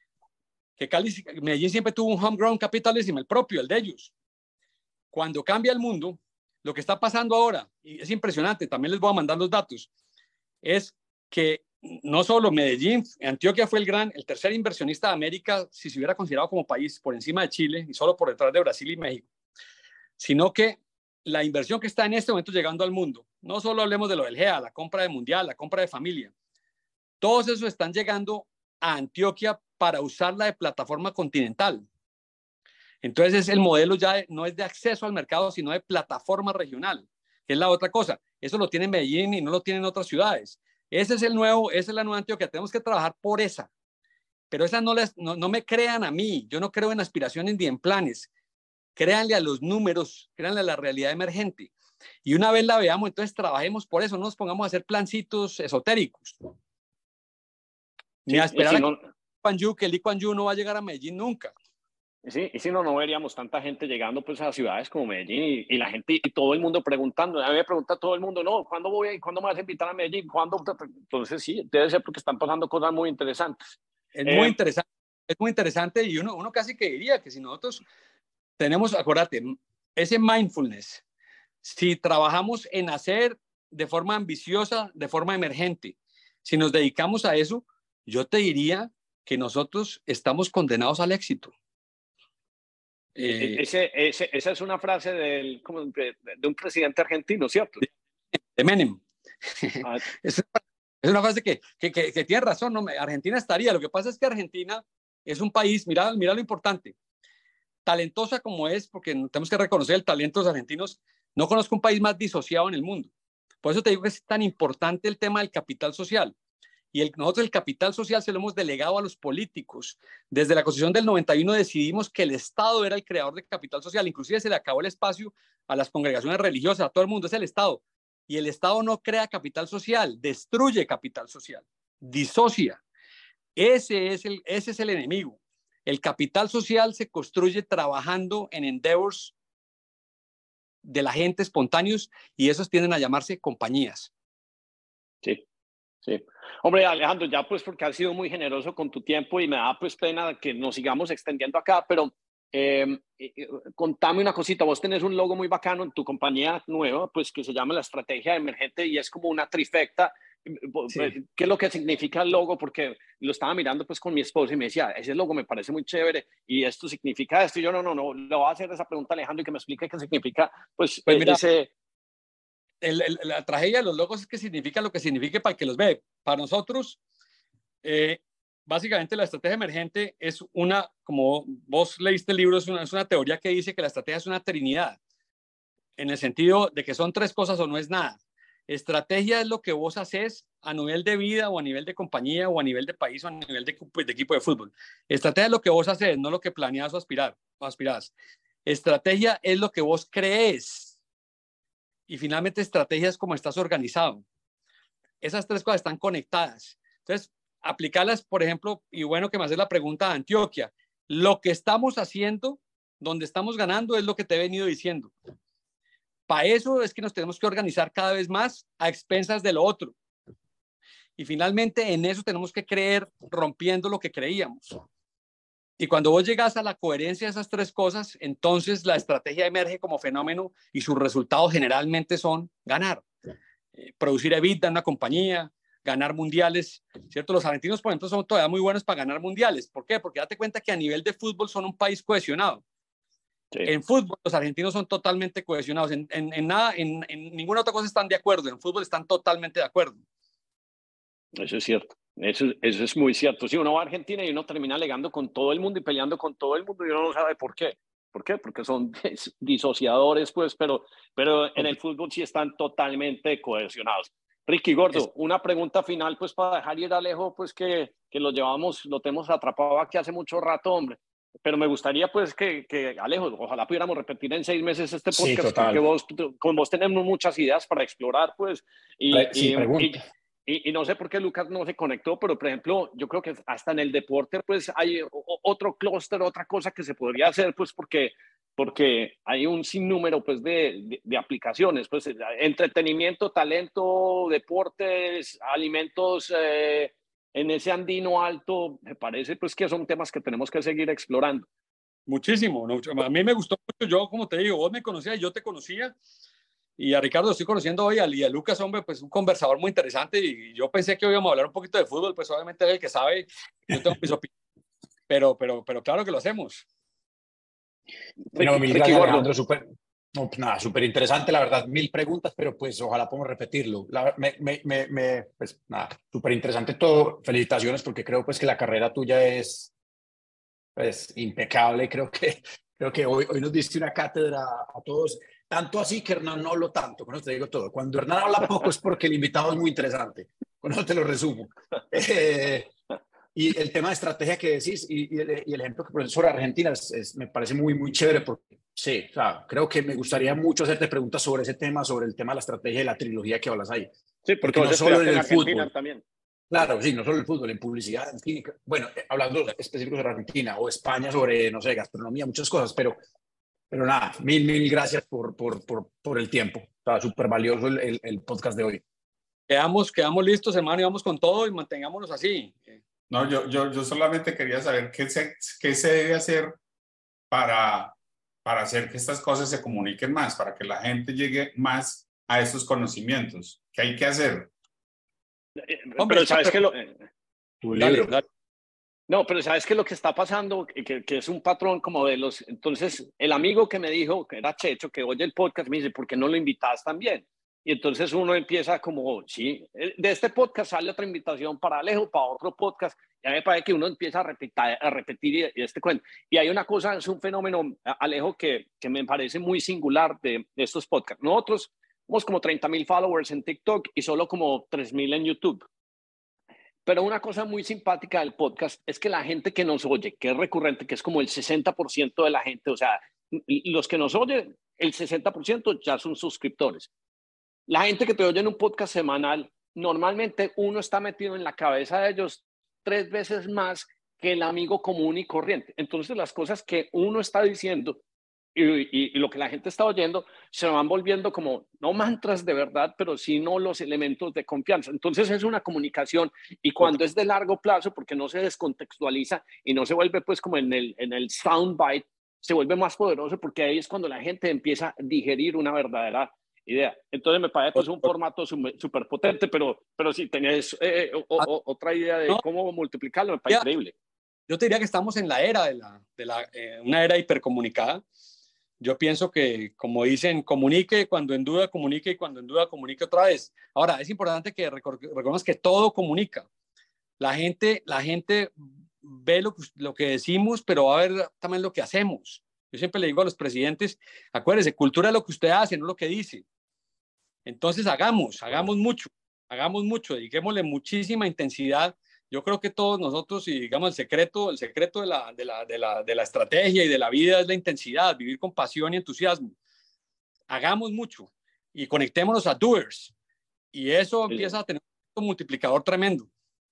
Que Cali, Medellín siempre tuvo un homegrown capitalism, el propio, el de ellos. Cuando cambia el mundo, lo que está pasando ahora, y es impresionante, también les voy a mandar los datos, es que no solo Medellín, Antioquia fue el gran, el tercer inversionista de América, si se hubiera considerado como país, por encima de Chile y solo por detrás de Brasil y México, sino que la inversión que está en este momento llegando al mundo, no solo hablemos de lo del G E A, la compra de Mundial, la compra de familia, todos esos están llegando a Antioquia para usarla de plataforma continental. Entonces es el modelo ya de, no es de acceso al mercado, sino de plataforma regional, que es la otra cosa. Eso lo tiene Medellín y no lo tienen otras ciudades. Ese es el nuevo, esa es la nueva Antioquia. Tenemos que trabajar por esa. Pero esas no, les, no, no me crean a mí. Yo no creo en aspiraciones ni en planes. Créanle a los números, créanle a la realidad emergente. Y una vez la veamos, entonces trabajemos por eso. No nos pongamos a hacer plancitos esotéricos. Ni sí, a esperar si no, a que el Lee Kuan Yew no va a llegar a Medellín nunca. Sí, y si no, no veríamos tanta gente llegando pues a ciudades como Medellín y, y la gente y todo el mundo preguntando. A mí me pregunta todo el mundo, no, ¿cuándo voy a, ¿cuándo me vas a invitar a Medellín? ¿Cuándo? Entonces sí, debe ser porque están pasando cosas muy interesantes. Es eh, muy interesante, es muy interesante y uno, uno casi que diría que si nosotros tenemos, acuérdate, ese mindfulness, si trabajamos en hacer de forma ambiciosa, de forma emergente, si nos dedicamos a eso, yo te diría que nosotros estamos condenados al éxito. Eh, ese, ese, esa es una frase del, como de, de un presidente argentino, ¿cierto? De Menem. Ah. es, es una frase que, que, que, que tiene razón, ¿no? Argentina estaría. Lo que pasa es que Argentina es un país, mira, mira lo importante, talentosa como es, porque tenemos que reconocer el talento de los argentinos. No conozco un país más disociado en el mundo. Por eso te digo que es tan importante el tema del capital social. Y el, nosotros el capital social se lo hemos delegado a los políticos. Desde la Constitución del noventa y uno decidimos que el Estado era el creador de capital social. Inclusive se le acabó el espacio a las congregaciones religiosas, a todo el mundo. Es el Estado. Y el Estado no crea capital social, destruye capital social, disocia. Ese es el, ese es el enemigo. El capital social se construye trabajando en endeavors de la gente espontáneos y esos tienden a llamarse compañías. Sí. Sí. Hombre, Alejandro, ya pues porque has sido muy generoso con tu tiempo y me da pues pena que nos sigamos extendiendo acá, pero eh, eh, contame una cosita, vos tenés un logo muy bacano en tu compañía nueva, pues que se llama La Estrategia Emergente y es como una trifecta. Sí. ¿Qué es lo que significa el logo? Porque lo estaba mirando pues con mi esposa y me decía, ese logo me parece muy chévere y esto significa esto. Y yo no, no, no, le voy a hacer esa pregunta a Alejandro y que me explique qué significa pues, pues mira, ese... El, el, la tragedia de los logos es que significa lo que signifique para el que los ve. Para nosotros, eh, básicamente la estrategia emergente es una, como vos leíste el libro, es una, es una teoría que dice que la estrategia es una trinidad, en el sentido de que son tres cosas o no es nada. Estrategia es lo que vos haces a nivel de vida o a nivel de compañía o a nivel de país o a nivel de, de equipo de fútbol. Estrategia es lo que vos haces, no lo que planeas o, aspirar, o aspirás. Estrategia es lo que vos crees. Y finalmente, estrategia es cómo estás organizado. Esas tres cosas están conectadas. Entonces, aplicarlas, por ejemplo, y bueno que me haces la pregunta de Antioquia, lo que estamos haciendo, donde estamos ganando, es lo que te he venido diciendo. Para eso es que nos tenemos que organizar cada vez más a expensas de lo otro. Y finalmente en eso tenemos que creer rompiendo lo que creíamos. Y cuando vos llegas a la coherencia de esas tres cosas, entonces la estrategia emerge como fenómeno y sus resultados generalmente son ganar. Eh, producir EBITDA en una compañía, ganar mundiales, ¿cierto? Los argentinos, por ejemplo, son todavía muy buenos para ganar mundiales. ¿Por qué? Porque date cuenta que a nivel de fútbol son un país cohesionado. Sí. En fútbol los argentinos son totalmente cohesionados. En, en, en nada, en, en ninguna otra cosa están de acuerdo. En fútbol están totalmente de acuerdo. Eso es cierto. Eso, eso es muy cierto. Si uno va a Argentina y uno termina alegando con todo el mundo y peleando con todo el mundo y uno no sabe por qué. ¿Por qué? Porque son disociadores, pues, pero, pero en el fútbol sí están totalmente cohesionados. Ricky Gordo, una pregunta final, pues, para dejar ir a Alejo, pues, que, que lo llevamos, lo tenemos atrapado aquí hace mucho rato, hombre. Pero me gustaría, pues, que, que Alejo, ojalá pudiéramos repetir en seis meses este podcast, sí, porque vos, con vos tenemos muchas ideas para explorar, pues, y, sí, y, pregunta. y, y, y no sé por qué Lucas no se conectó, pero, por ejemplo, yo creo que hasta en el deporte, pues, hay otro clúster, otra cosa que se podría hacer, pues, porque... porque hay un sinnúmero pues, de, de, de aplicaciones, pues, entretenimiento, talento, deportes, alimentos eh, en ese andino alto, me parece pues, que son temas que tenemos que seguir explorando. Muchísimo, ¿no? A mí me gustó mucho, yo como te digo, vos me conocías, yo te conocía, y a Ricardo estoy conociendo hoy, y a Lucas, hombre, pues un conversador muy interesante, y yo pensé que hoy íbamos a hablar un poquito de fútbol, pues obviamente es el que sabe, yo tengo mis opiniones, pero, pero, pero claro que lo hacemos. Bueno, mil gracias, Alejandro. Súper, no, nada, súper interesante, la verdad. Mil preguntas, pero pues ojalá podamos repetirlo. La, me, me, me, me, pues nada, súper interesante todo. Felicitaciones porque creo pues que la carrera tuya es pues impecable. Creo que, creo que hoy, hoy nos diste una cátedra a todos. Tanto así que Hernán no habló tanto. Con eso te digo todo. Cuando Hernán habla poco es porque el invitado es muy interesante. Con eso te lo resumo. Eh, Y el tema de estrategia que decís y, y, el, y el ejemplo que pones sobre Argentina es, es, me parece muy, muy chévere porque sí, o sea, creo que me gustaría mucho hacerte preguntas sobre ese tema, sobre el tema de la estrategia y la trilogía que hablas ahí. Sí, porque, porque no solo en el Argentina fútbol. También. Claro, sí, no solo el fútbol, en publicidad, en fin, bueno, hablando específicos sobre Argentina o España, sobre, no sé, gastronomía, muchas cosas, pero, pero nada, mil, mil gracias por, por, por, por el tiempo. Está súper valioso el, el, el podcast de hoy. Quedamos, quedamos listos, hermano, y vamos con todo y mantengámonos así. No, yo, yo, yo solamente quería saber qué se, qué se debe hacer para, para hacer que estas cosas se comuniquen más, para que la gente llegue más a estos conocimientos. ¿Qué hay que hacer? Hombre, pero sabes que lo... Tu libro. Dale. No, pero sabes que lo que está pasando, que, que es un patrón como de los... Entonces, el amigo que me dijo, que era Checho, que oye el podcast, me dice, ¿por qué no lo invitas también? Y entonces uno empieza como, sí, de este podcast sale otra invitación para Alejo, para otro podcast, y a mí me parece que uno empieza a repetir, a repetir este cuento. Y hay una cosa, es un fenómeno, Alejo, que, que me parece muy singular de, de estos podcasts. Nosotros somos como treinta mil followers en TikTok y solo como tres mil en YouTube. Pero una cosa muy simpática del podcast es que la gente que nos oye, que es recurrente, que es como el sesenta por ciento de la gente, o sea, los que nos oyen, el sesenta por ciento ya son suscriptores. La gente que te oye en un podcast semanal, normalmente uno está metido en la cabeza de ellos tres veces más que el amigo común y corriente. Entonces las cosas que uno está diciendo y, y, y lo que la gente está oyendo se van volviendo como, no mantras de verdad, pero sino los elementos de confianza. Entonces es una comunicación y cuando es de largo plazo, porque no se descontextualiza y no se vuelve pues como en el, en el soundbite, se vuelve más poderoso porque ahí es cuando la gente empieza a digerir una verdadera idea. Entonces me parece pues un formato súper potente, pero, pero si tenés eh, o, o, otra idea de cómo multiplicarlo, me parece ya, increíble. Yo te diría que estamos en la era de la, de la eh, una era hipercomunicada. Yo pienso que, como dicen, comunique cuando en duda, comunique y cuando en duda, comunique otra vez. Ahora, es importante que reconozcas que todo comunica. La gente, la gente ve lo, lo que decimos, pero va a ver también lo que hacemos. Yo siempre le digo a los presidentes, acuérdense, cultura es lo que usted hace, no lo que dice. Entonces hagamos, hagamos mucho, hagamos mucho, dediquémosle muchísima intensidad. Yo creo que todos nosotros, y digamos, el secreto, el secreto de la, de, la, de, la, de la estrategia y de la vida es la intensidad, vivir con pasión y entusiasmo. Hagamos mucho y conectémonos a doers. Y eso empieza a tener un multiplicador tremendo.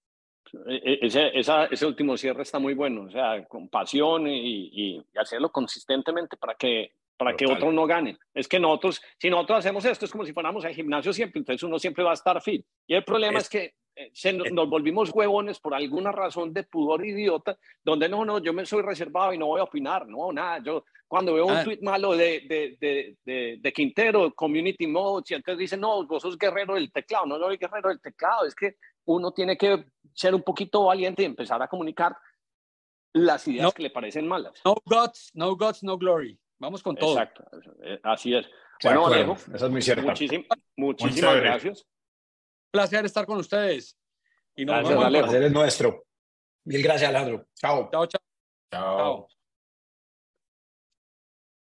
Ese, esa, ese último cierre está muy bueno, o sea, con pasión y, y, y hacerlo consistentemente para que, para Total. que otros no ganen. Es que nosotros, si nosotros hacemos esto, es como si fuéramos al gimnasio siempre, entonces uno siempre va a estar fit. Y el problema es, es que eh, se, nos, nos volvimos huevones por alguna razón de pudor idiota, donde no, no, yo me soy reservado y no voy a opinar, no, nada, yo cuando veo un ah. tweet malo de, de, de, de, de Quintero, community mode, y entonces dicen, no, vos sos guerrero del teclado, no, no soy guerrero del teclado, es que uno tiene que ser un poquito valiente y empezar a comunicar las ideas no, que le parecen malas. No guts, no guts, no glory. Vamos con todo. Exacto, así es. Bueno, Alejo, eso es muy cierto. Muchísim, muchísimas gracias. Un placer estar con ustedes. Y nos gracias, Alejo. El placer es nuestro. Mil gracias, Alejandro. Chao. Chao, chao. Chao.